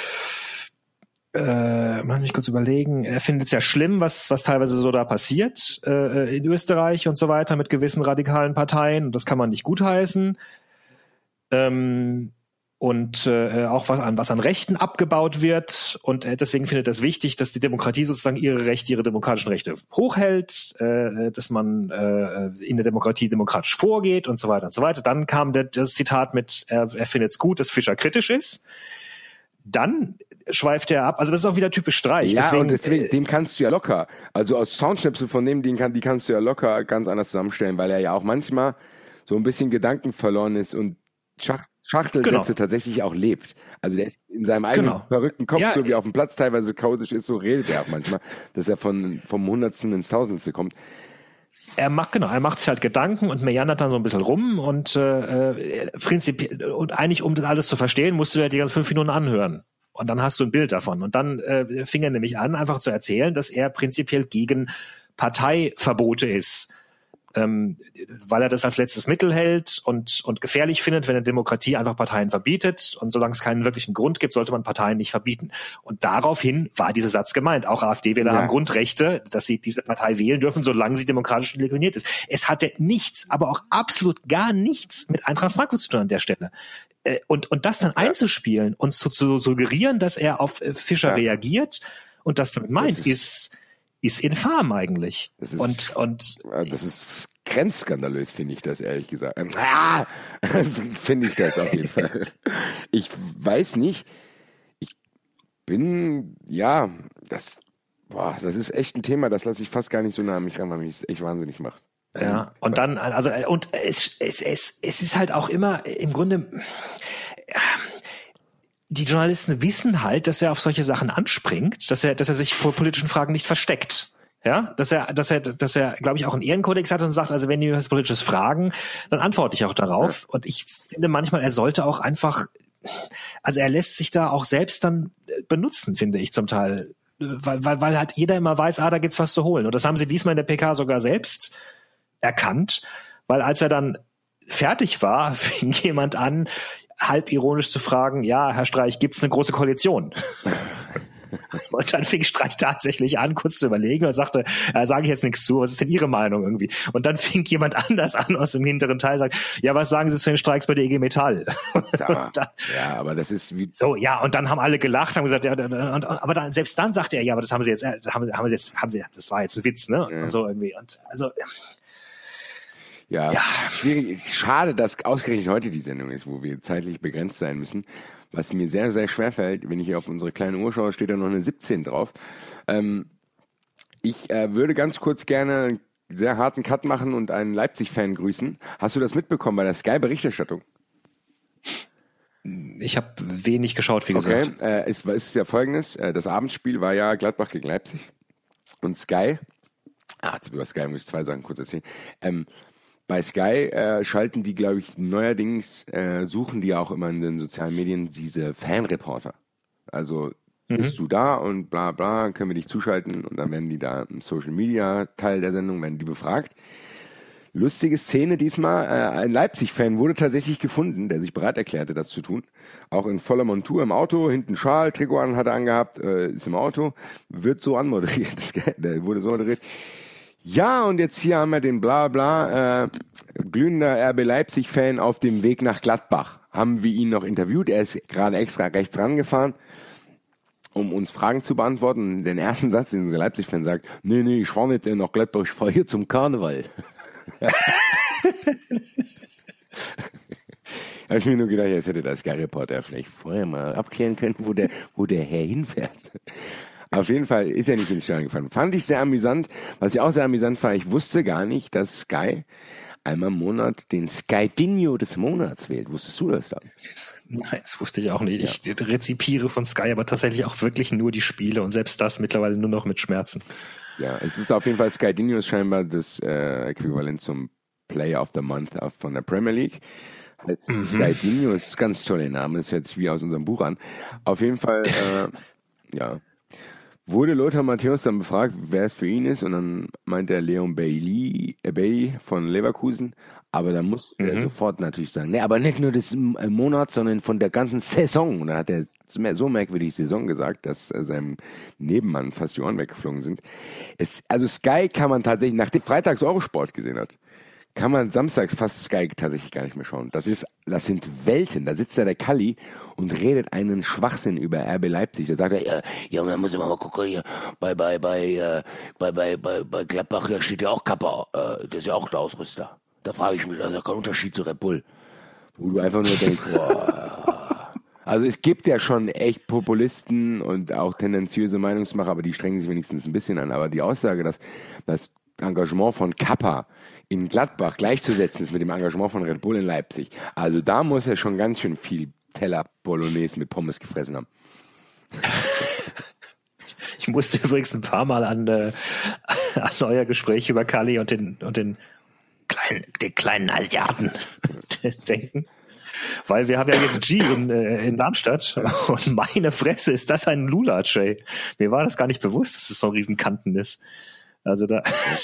äh, lass mich kurz überlegen, er findet es ja schlimm, was was teilweise so da passiert äh, in Österreich und so weiter mit gewissen radikalen Parteien. Und das kann man nicht gutheißen. Ähm, und äh, auch was an, was an Rechten abgebaut wird. Und äh, deswegen findet er es wichtig, dass die Demokratie sozusagen ihre Rechte, ihre demokratischen Rechte hochhält, äh, dass man äh, in der Demokratie demokratisch vorgeht und so weiter und so weiter. Dann kam der, das Zitat mit, er, er findet es gut, dass Fischer kritisch ist. Dann schweift er ab. Also das ist auch wieder typisch Streich. Ja, deswegen, und deswegen, dem kannst du ja locker, also aus Soundschnipsel von dem, den kann, die kannst du ja locker ganz anders zusammenstellen, weil er ja auch manchmal so ein bisschen Gedanken verloren ist und Schach Schachtelsätze genau. tatsächlich auch lebt. Also der ist in seinem eigenen genau. verrückten Kopf, ja, so wie auf dem Platz teilweise chaotisch ist, so redet er auch manchmal, dass er von vom Hundertsten ins Tausendste kommt. Er macht genau, er macht sich halt Gedanken und meandert dann so ein bisschen rum und äh, prinzipiell und eigentlich, um das alles zu verstehen, musst du ja die ganzen fünf Minuten anhören. Und dann hast du ein Bild davon. Und dann äh, fing er nämlich an, einfach zu erzählen, dass er prinzipiell gegen Parteiverbote ist. ähm, weil er das als letztes Mittel hält und, und gefährlich findet, wenn eine Demokratie einfach Parteien verbietet. Und solange es keinen wirklichen Grund gibt, sollte man Parteien nicht verbieten. Und daraufhin war dieser Satz gemeint. Auch AfD-Wähler ja. haben Grundrechte, dass sie diese Partei wählen dürfen, solange sie demokratisch legitimiert ist. Es hatte nichts, aber auch absolut gar nichts mit Eintracht Frankfurt zu tun an der Stelle. Und, und das dann ja. einzuspielen und zu, zu suggerieren, dass er auf Fischer ja. reagiert und das damit meint, das ist, ist, ist infam eigentlich. Das ist, und, und, das ist grenzskandalös, finde ich das, ehrlich gesagt. Ähm, ah, finde ich das auf jeden Fall. Ich weiß nicht, ich bin, ja, das, boah, das ist echt ein Thema, das lasse ich fast gar nicht so nah an mich ran, weil mich das echt wahnsinnig macht. Ja, und dann, also, und es, es, es, es ist halt auch immer im Grunde, die Journalisten wissen halt, dass er auf solche Sachen anspringt, dass er, dass er sich vor politischen Fragen nicht versteckt. Ja, dass er, dass er, dass er, glaube ich, auch einen Ehrenkodex hat und sagt, also wenn die was Politisches fragen, dann antworte ich auch darauf. Ja. Und ich finde manchmal, er sollte auch einfach, also er lässt sich da auch selbst dann benutzen, finde ich zum Teil. Weil, weil, weil halt jeder immer weiß, ah, da gibt's was zu holen. Und das haben sie diesmal in der P K sogar selbst erkannt, weil als er dann fertig war, fing jemand an, halb ironisch zu fragen, ja, Herr Streich, gibt's eine große Koalition? Und dann fing Streich tatsächlich an, kurz zu überlegen und sagte, äh, sage ich jetzt nichts zu, was ist denn Ihre Meinung irgendwie? Und dann fing jemand anders an aus dem hinteren Teil, sagt, ja, was sagen Sie zu den Streiks bei der I G Metall? Ja, dann, ja, aber das ist wie... So, ja, und dann haben alle gelacht, haben gesagt, ja, und, und, aber dann, selbst dann sagte er, ja, aber das haben Sie jetzt, haben Sie, haben Sie jetzt, haben Sie, das war jetzt ein Witz, ne? Ja. Und so irgendwie, und also... Ja, ja, schwierig. Schade, dass ausgerechnet heute die Sendung ist, wo wir zeitlich begrenzt sein müssen. Was mir sehr, sehr schwer fällt, wenn ich hier auf unsere kleine Uhr schaue, steht da noch eine siebzehn drauf. Ähm, ich äh, würde ganz kurz gerne einen sehr harten Cut machen und einen Leipzig-Fan grüßen. Hast du das mitbekommen bei der Sky-Berichterstattung? Ich habe wenig geschaut, wie gesagt. Okay, äh, es, es ist ja folgendes. Äh, das Abendspiel war ja Gladbach gegen Leipzig. Und Sky, ah, jetzt über Sky muss ich zwei Sachen kurz erzählen. Ähm, Bei Sky äh, schalten die, glaube ich, neuerdings, äh, suchen die ja auch immer in den sozialen Medien diese Fanreporter. Also mhm. bist du da und bla bla, können wir dich zuschalten und dann werden die da im Social Media Teil der Sendung, werden die befragt. Lustige Szene diesmal, äh, ein Leipzig-Fan wurde tatsächlich gefunden, der sich bereit erklärte, das zu tun. Auch in voller Montur im Auto, hinten Schal, Trikot an hat er angehabt, äh, ist im Auto, wird so anmoderiert, der wurde so moderiert. Ja, und jetzt hier haben wir den bla bla, äh, glühender R B Leipzig-Fan auf dem Weg nach Gladbach. Haben wir ihn noch interviewt, er ist gerade extra rechts rangefahren, um uns Fragen zu beantworten. Den ersten Satz, den unser Leipzig-Fan sagt, nee, nee, ich fahre nicht nach Gladbach, ich fahre hier zum Karneval. Habe ich mir nur gedacht, jetzt hätte der Sky-Reporter vielleicht vorher mal abklären können, wo der, wo der Herr hinfährt. Auf jeden Fall ist er nicht ins Stadion gefahren. Fand ich sehr amüsant. Was ich auch sehr amüsant fand, ich wusste gar nicht, dass Sky einmal im Monat den Sky-Dinho des Monats wählt. Wusstest du das dann? Nein, das wusste ich auch nicht. Ja. Ich rezipiere von Sky aber tatsächlich auch wirklich nur die Spiele und selbst das mittlerweile nur noch mit Schmerzen. Ja, es ist auf jeden Fall, Sky-Dinho ist scheinbar das äh, Äquivalent zum Player of the Month von der Premier League. Als mhm. Sky-Dinho ist ein ganz toller Name, das hört sich wie aus unserem Buch an. Auf jeden Fall, äh, ja. Wurde Lothar Matthäus dann befragt, wer es für ihn ist, und dann meinte er Leon Bailey, äh Bailey von Leverkusen, aber dann muss mhm. er sofort natürlich sagen, nee, aber nicht nur des Monats, sondern von der ganzen Saison. Und dann hat er so merkwürdig Saison gesagt, dass äh, seinem Nebenmann fast die Ohren weggeflogen sind. Es, also Sky kann man tatsächlich, nachdem Freitags Eurosport gesehen hat, kann man samstags fast Sky tatsächlich gar nicht mehr schauen. Das ist, das sind Welten. Da sitzt da der Kalli und redet einen Schwachsinn über R B Leipzig. Da sagt er, ja, ja, man muss mal gucken, hier, bei, bei, bei, äh, bei, bei, bei, bei Gladbach, hier steht ja auch Kappa, äh, das ist ja auch der Ausrüster. Da frage ich mich, also kein Unterschied zu Red Bull. Wo du einfach nur denkst, boah. Also es gibt ja schon echt Populisten und auch tendenziöse Meinungsmacher, aber die strengen sich wenigstens ein bisschen an. Aber die Aussage, dass das Engagement von Kappa in Gladbach gleichzusetzen ist mit dem Engagement von Red Bull in Leipzig. Also da muss er schon ganz schön viel Teller Bolognese mit Pommes gefressen haben. Ich musste übrigens ein paar Mal an, äh, an euer Gespräch über Kalli und den, und den kleinen, den kleinen Asiaten denken. Weil wir haben ja jetzt G in, äh, in Darmstadt und meine Fresse, ist das ein Lulatsch, ey. Mir war das gar nicht bewusst, dass es so ein Riesenkanten ist. Also da.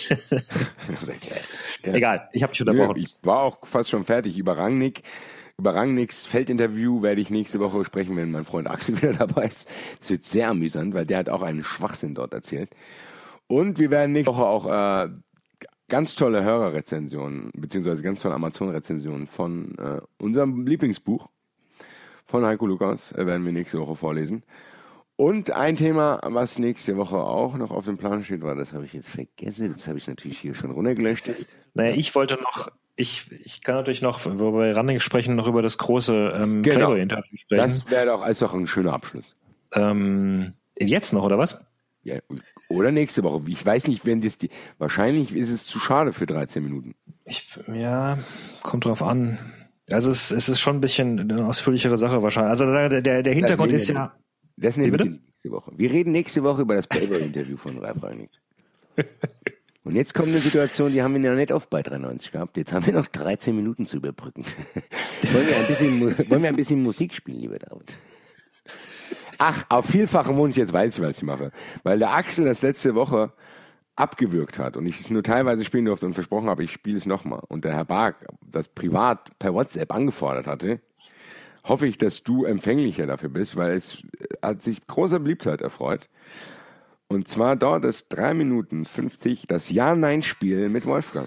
Egal, ich habe dich unterbrochen. Ich war auch fast schon fertig. Über Rangnick, über Rangnicks Feldinterview werde ich nächste Woche sprechen, wenn mein Freund Axel wieder dabei ist. Es wird sehr amüsant, weil der hat auch einen Schwachsinn dort erzählt. Und wir werden nächste Woche auch äh, ganz tolle Hörerrezensionen, beziehungsweise ganz tolle Amazon-Rezensionen von äh, unserem Lieblingsbuch von Heiko Lukas äh, werden wir nächste Woche vorlesen. Und ein Thema, was nächste Woche auch noch auf dem Plan steht, war, das habe ich jetzt vergessen, das habe ich natürlich hier schon runtergelöscht. Naja, ich wollte noch, ich, ich kann natürlich noch, wo wir bei Rangnick sprechen, noch über das große ähm, genau. Playboy-Interview sprechen. Das wäre doch als doch ein schöner Abschluss. Ähm, jetzt noch, oder was? Ja, oder nächste Woche. Ich weiß nicht, wenn das die. Wahrscheinlich ist es zu schade für dreizehn Minuten. Ich, ja, kommt drauf an. Also es, es ist schon ein bisschen eine ausführlichere Sache wahrscheinlich. Also der, der, der Hintergrund ist ja. Das nehmen wir nächste Woche. Wir reden nächste Woche über das Playboy-Interview von Ralf Rangnick. Und jetzt kommt eine Situation, die haben wir ja nicht oft bei dreiundneunzig gehabt. Jetzt haben wir noch dreizehn Minuten zu überbrücken. wollen, wir ein bisschen, wollen wir ein bisschen Musik spielen, lieber David? Ach, auf vielfachen Wunsch, jetzt weiß ich, was ich mache. Weil der Axel das letzte Woche abgewürgt hat und ich es nur teilweise spielen durfte und versprochen habe, ich spiele es nochmal. Und der Herr Bark das privat per WhatsApp angefordert hatte, hoffe ich, dass du empfänglicher dafür bist, weil es hat sich großer Beliebtheit erfreut. Und zwar dauert es drei Minuten fünfzig das Ja-Nein-Spiel mit Wolfgang.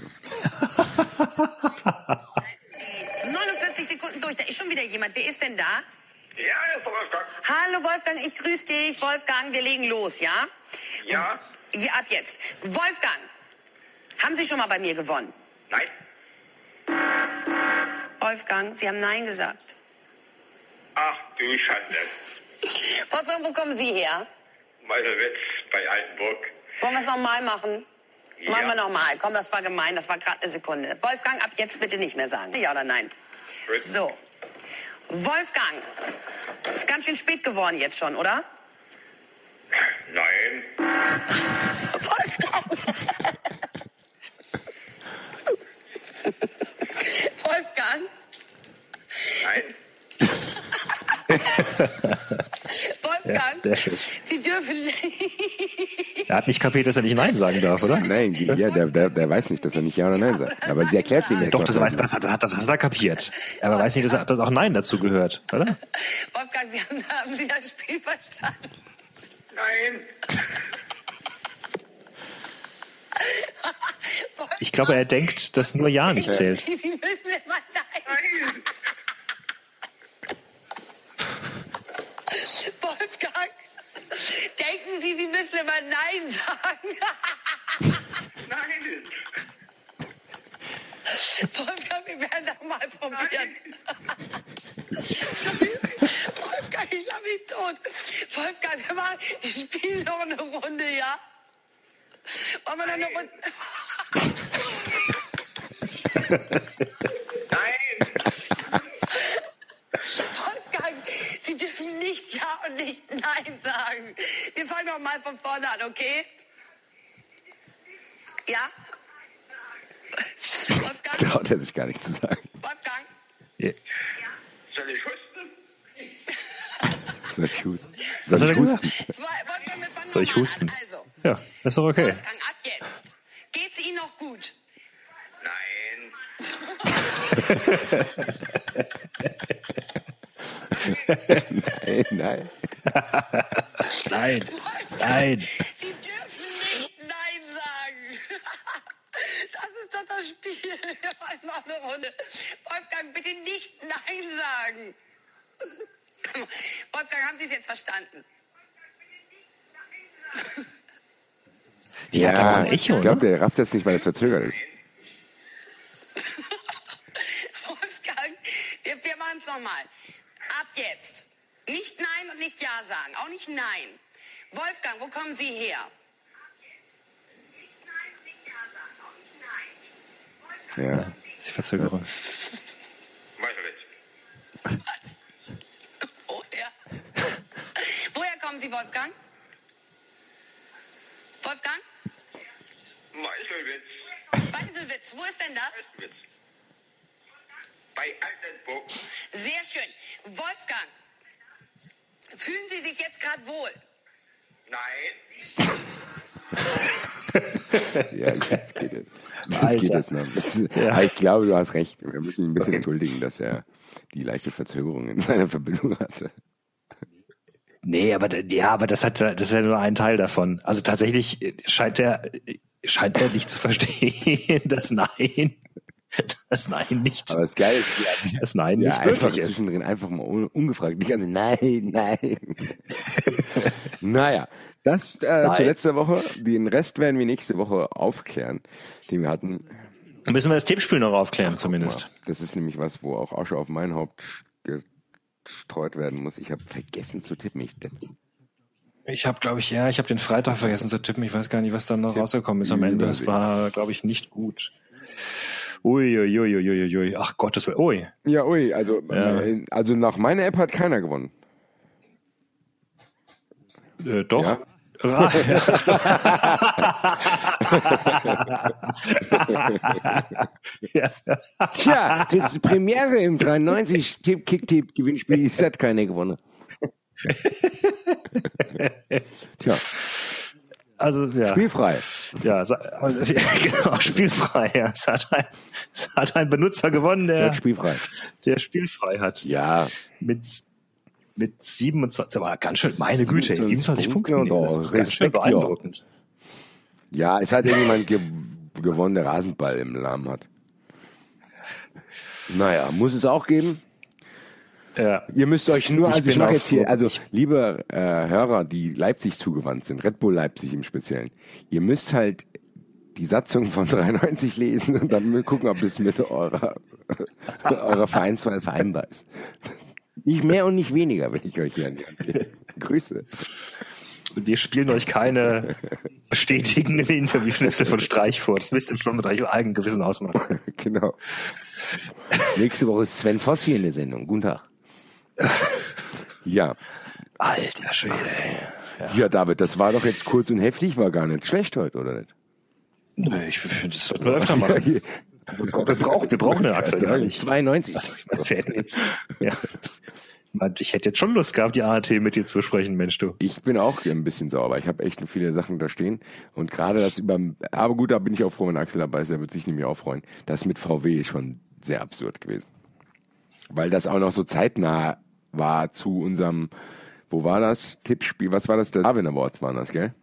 neunundvierzig Sekunden durch, da ist schon wieder jemand. Wer ist denn da? Ja, Herr Wolfgang. Hallo Wolfgang, ich grüße dich. Wolfgang, wir legen los, ja? Ja? Ja, ab jetzt. Wolfgang, haben Sie schon mal bei mir gewonnen? Nein. Wolfgang, Sie haben Nein gesagt. Ach, du Schande. Wolfgang, wo kommen Sie her? Meiselwitz bei Altenburg. Wollen wir es nochmal machen? Ja. Machen wir nochmal. Komm, das war gemein, das war gerade eine Sekunde. Wolfgang, ab jetzt bitte nicht mehr sagen. Ja oder nein? Gut. So. Wolfgang, ist ganz schön spät geworden jetzt schon, oder? Nein. Wolfgang! Wolfgang! Nein. Wolfgang, Ja, sehr schön. Sie dürfen... Er hat nicht kapiert, dass er nicht Nein sagen darf, oder? Nein, die, ja, der, der, der weiß nicht, dass er nicht Ja oder Nein sagt. Aber sie erklärt sich jetzt. Doch, das, weiß, das, hat, das, hat, das hat er kapiert. Aber er weiß nicht, dass, er, dass auch Nein dazu gehört, oder? Wolfgang, Sie haben, haben Sie das Spiel verstanden? Nein. Ich glaube, er denkt, dass nur Ja nicht zählt. Sie müssen immer Nein. Nein. Wolfgang, denken Sie, Sie müssen immer Nein sagen. Nein. Wolfgang, wir werden das mal probieren. Wolfgang, ich hab ihn tot. Wolfgang, wir, machen, wir spielen noch eine Runde, ja? Wollen wir noch eine Runde? Nein. Wolfgang, Sie dürfen nicht Ja und nicht Nein sagen. Wir fangen noch mal von vorne an, okay? Ja? Wolfgang? Traut er sich gar nicht zu sagen. Wolfgang? Ja. Soll ich husten? Soll ich husten? Was Soll hat er ich gesagt? husten? Zwei, Wolfgang, wir fangen Soll ich noch mal husten? An. Also, Ja, ist doch okay. Wolfgang, ab jetzt. Geht's Ihnen noch gut? Nein. Nein, nein. Nein, nein. Sie dürfen nicht Nein sagen. Das ist doch das Spiel. Wir machen noch eine Runde. Wolfgang, bitte nicht Nein sagen. Wolfgang, haben Sie es jetzt verstanden? Die hat aber ein Echo, ich glaube, ne? der rafft das nicht, weil es verzögert ist. Wolfgang, wir, wir machen es nochmal. Ab jetzt. Nicht Nein und nicht Ja sagen. Auch nicht Nein. Wolfgang, wo kommen Sie her? Ja. Das ist die Verzögerung. Meiselwitz. Woher? Woher kommen Sie, Wolfgang? Wolfgang? Meiselwitz. Weiselwitz, wo ist denn das? Witz. Bei Altenburg. Sehr schön. Wolfgang, fühlen Sie sich jetzt gerade wohl? Nein. Ja, jetzt geht es. Jetzt Alter. geht es noch. Das, Ja. Aber ich glaube, du hast recht. Wir müssen ihn ein bisschen Okay. entschuldigen, dass er die leichte Verzögerung in seiner Verbindung hatte. Nee, aber d- ja, aber das hat das ist ja nur ein Teil davon. Also tatsächlich scheint er scheint er nicht zu verstehen, dass Nein, das Nein nicht, Aber das Geile ist, ja, das Nein ja, nicht einfach möglich ist. zwischendrin einfach mal un ungefragt. Die ganze Nein, nein. Naja, das äh, Nein. zu letzter Woche. Den Rest werden wir nächste Woche aufklären, den wir hatten. Dann müssen wir das Tippspiel noch aufklären zumindest. Das ist nämlich was, wo auch Asche auf mein Haupt gestreut werden muss. Ich habe vergessen zu tippen. Ich tippe. Ich habe, glaube ich, ja, ich habe den Freitag vergessen zu tippen. Ich weiß gar nicht, was dann noch Tipp rausgekommen ist am Ende. Das Übersehen. war, glaube ich, nicht gut. Ui, ui, ui, ui, ui, ui. Ach Gottes Willen. Ui. Ja, ui, also, Ja. äh, also nach meiner App hat keiner gewonnen. Äh, doch. Ja. Ra- Ach so. Ja. Tja, das ist Premiere im dreiundneunzig Tipp Kick Tipp Gewinnspiel. Es hat keiner gewonnen. Tja, Also, ja. spielfrei. Ja, sa- also, ja, genau, spielfrei. Ja. Es, hat ein, es hat ein Benutzer gewonnen, Ja, der, spielfrei. der spielfrei hat. Ja, Mit, mit siebenundzwanzig, aber ganz schön, meine Güte, ey, siebenundzwanzig Punkte. Punkte, Das ist ganz schön Respekt, ja. beeindruckend. ja, es hat irgendjemand ge gewonnen, der Rasenball im Namen hat. Naja, muss es auch geben. Ja. Ihr müsst euch nur, Ich also ich bin mache auf- jetzt hier, also liebe äh, Hörer, die Leipzig zugewandt sind, Red Bull Leipzig im Speziellen, ihr müsst halt die Satzung von dreiundneunzig lesen und dann mal gucken, ob das mit eurer, eurer Vereinswahl vereinbar ist. Nicht mehr und nicht weniger, will ich euch hier an die Hand geben. Grüße. Und wir spielen euch keine bestätigenden Interviewschnipsel von Streich vor. Das müsst ihr schon mit eurem eigenen Gewissen ausmachen. Genau. Nächste Woche ist Sven Voss hier in der Sendung. Guten Tag. Ja. Alter Schwede, ey. Ja, David, das war doch jetzt kurz und heftig, war gar nicht schlecht heute, oder nicht? Nö, ich finde, das sollten wir öfter machen. Wir brauchen, wir brauchen den Axel gar nicht. zweiundneunzig. Also, ich meine, wir hätten jetzt, ja. Ich meine, ich hätte jetzt schon Lust gehabt, die A R T mit dir zu sprechen, Mensch, du. Ich bin auch ein bisschen sauer. Ich habe echt viele Sachen da stehen. Und gerade das über, aber gut, da bin ich auch froh, wenn Axel dabei ist, der wird sich nämlich auch freuen. Das mit V W ist schon sehr absurd gewesen. Weil das auch noch so zeitnah war zu unserem, wo war das? Tippspiel, was war das? Der Darwin Awards waren das, gell?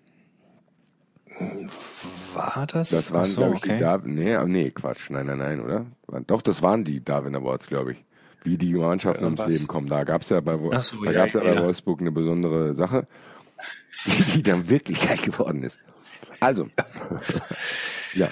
War das? Das waren, Ach so, glaube ich, okay. die Darwin, nee, ah, nee, Quatsch, nein, nein, nein, oder? Doch, das waren die Darwin Awards, glaube ich. Wie die Mannschaften Ja, ums was? Leben kommen. Da gab's ja bei, Wo- Ach so, da ja, gab's ja bei ja. Wolfsburg eine besondere Sache, die, die dann Wirklichkeit geworden ist. Also, ja,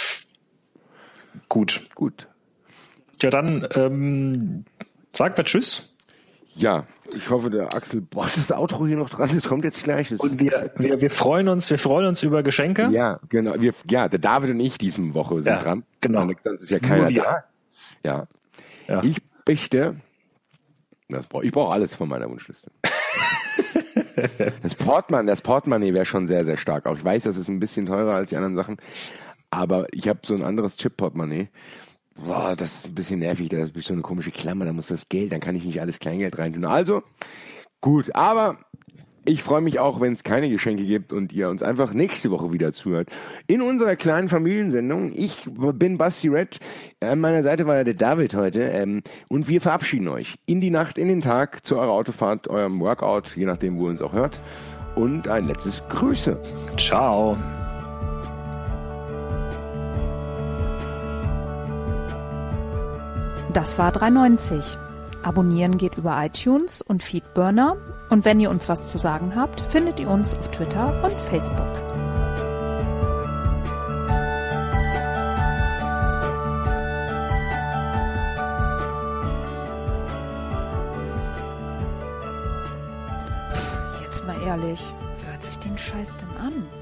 Gut. gut. Ja, dann ähm, sagt wir Tschüss. Ja, ich hoffe, der Axel braucht das Outro hier noch dran. Das kommt jetzt gleich. Das Und wir, wir, wir freuen uns, wir freuen uns über Geschenke. ja, genau. Wir, ja, der David und ich diesen Woche sind Ja, dran. genau. Alexander ist ja keiner Nur wir. da. Ja. Ja. Ich möchte, das brauch, ich brauche alles von meiner Wunschliste. Das Portemonnaie, das Portemonnaie wäre schon sehr, sehr stark. Auch ich weiß, das ist ein bisschen teurer als die anderen Sachen, aber ich habe so ein anderes Chip-Portemonnaie. Boah, das ist ein bisschen nervig, da ist so eine komische Klammer, da muss das Geld, dann kann ich nicht alles Kleingeld reintun. Also, gut, aber ich freue mich auch, wenn es keine Geschenke gibt und ihr uns einfach nächste Woche wieder zuhört. In unserer kleinen Familiensendung. Ich bin Basti Red. An meiner Seite war ja der David heute. Ähm, und wir verabschieden euch in die Nacht, in den Tag, zu eurer Autofahrt, eurem Workout, je nachdem, wo ihr uns auch hört. Und ein letztes Grüße. Ciao. Das war drei neunzig. Abonnieren geht über iTunes und Feedburner. Und wenn ihr uns was zu sagen habt, findet ihr uns auf Twitter und Facebook. Jetzt mal ehrlich, wer hört sich den Scheiß denn an?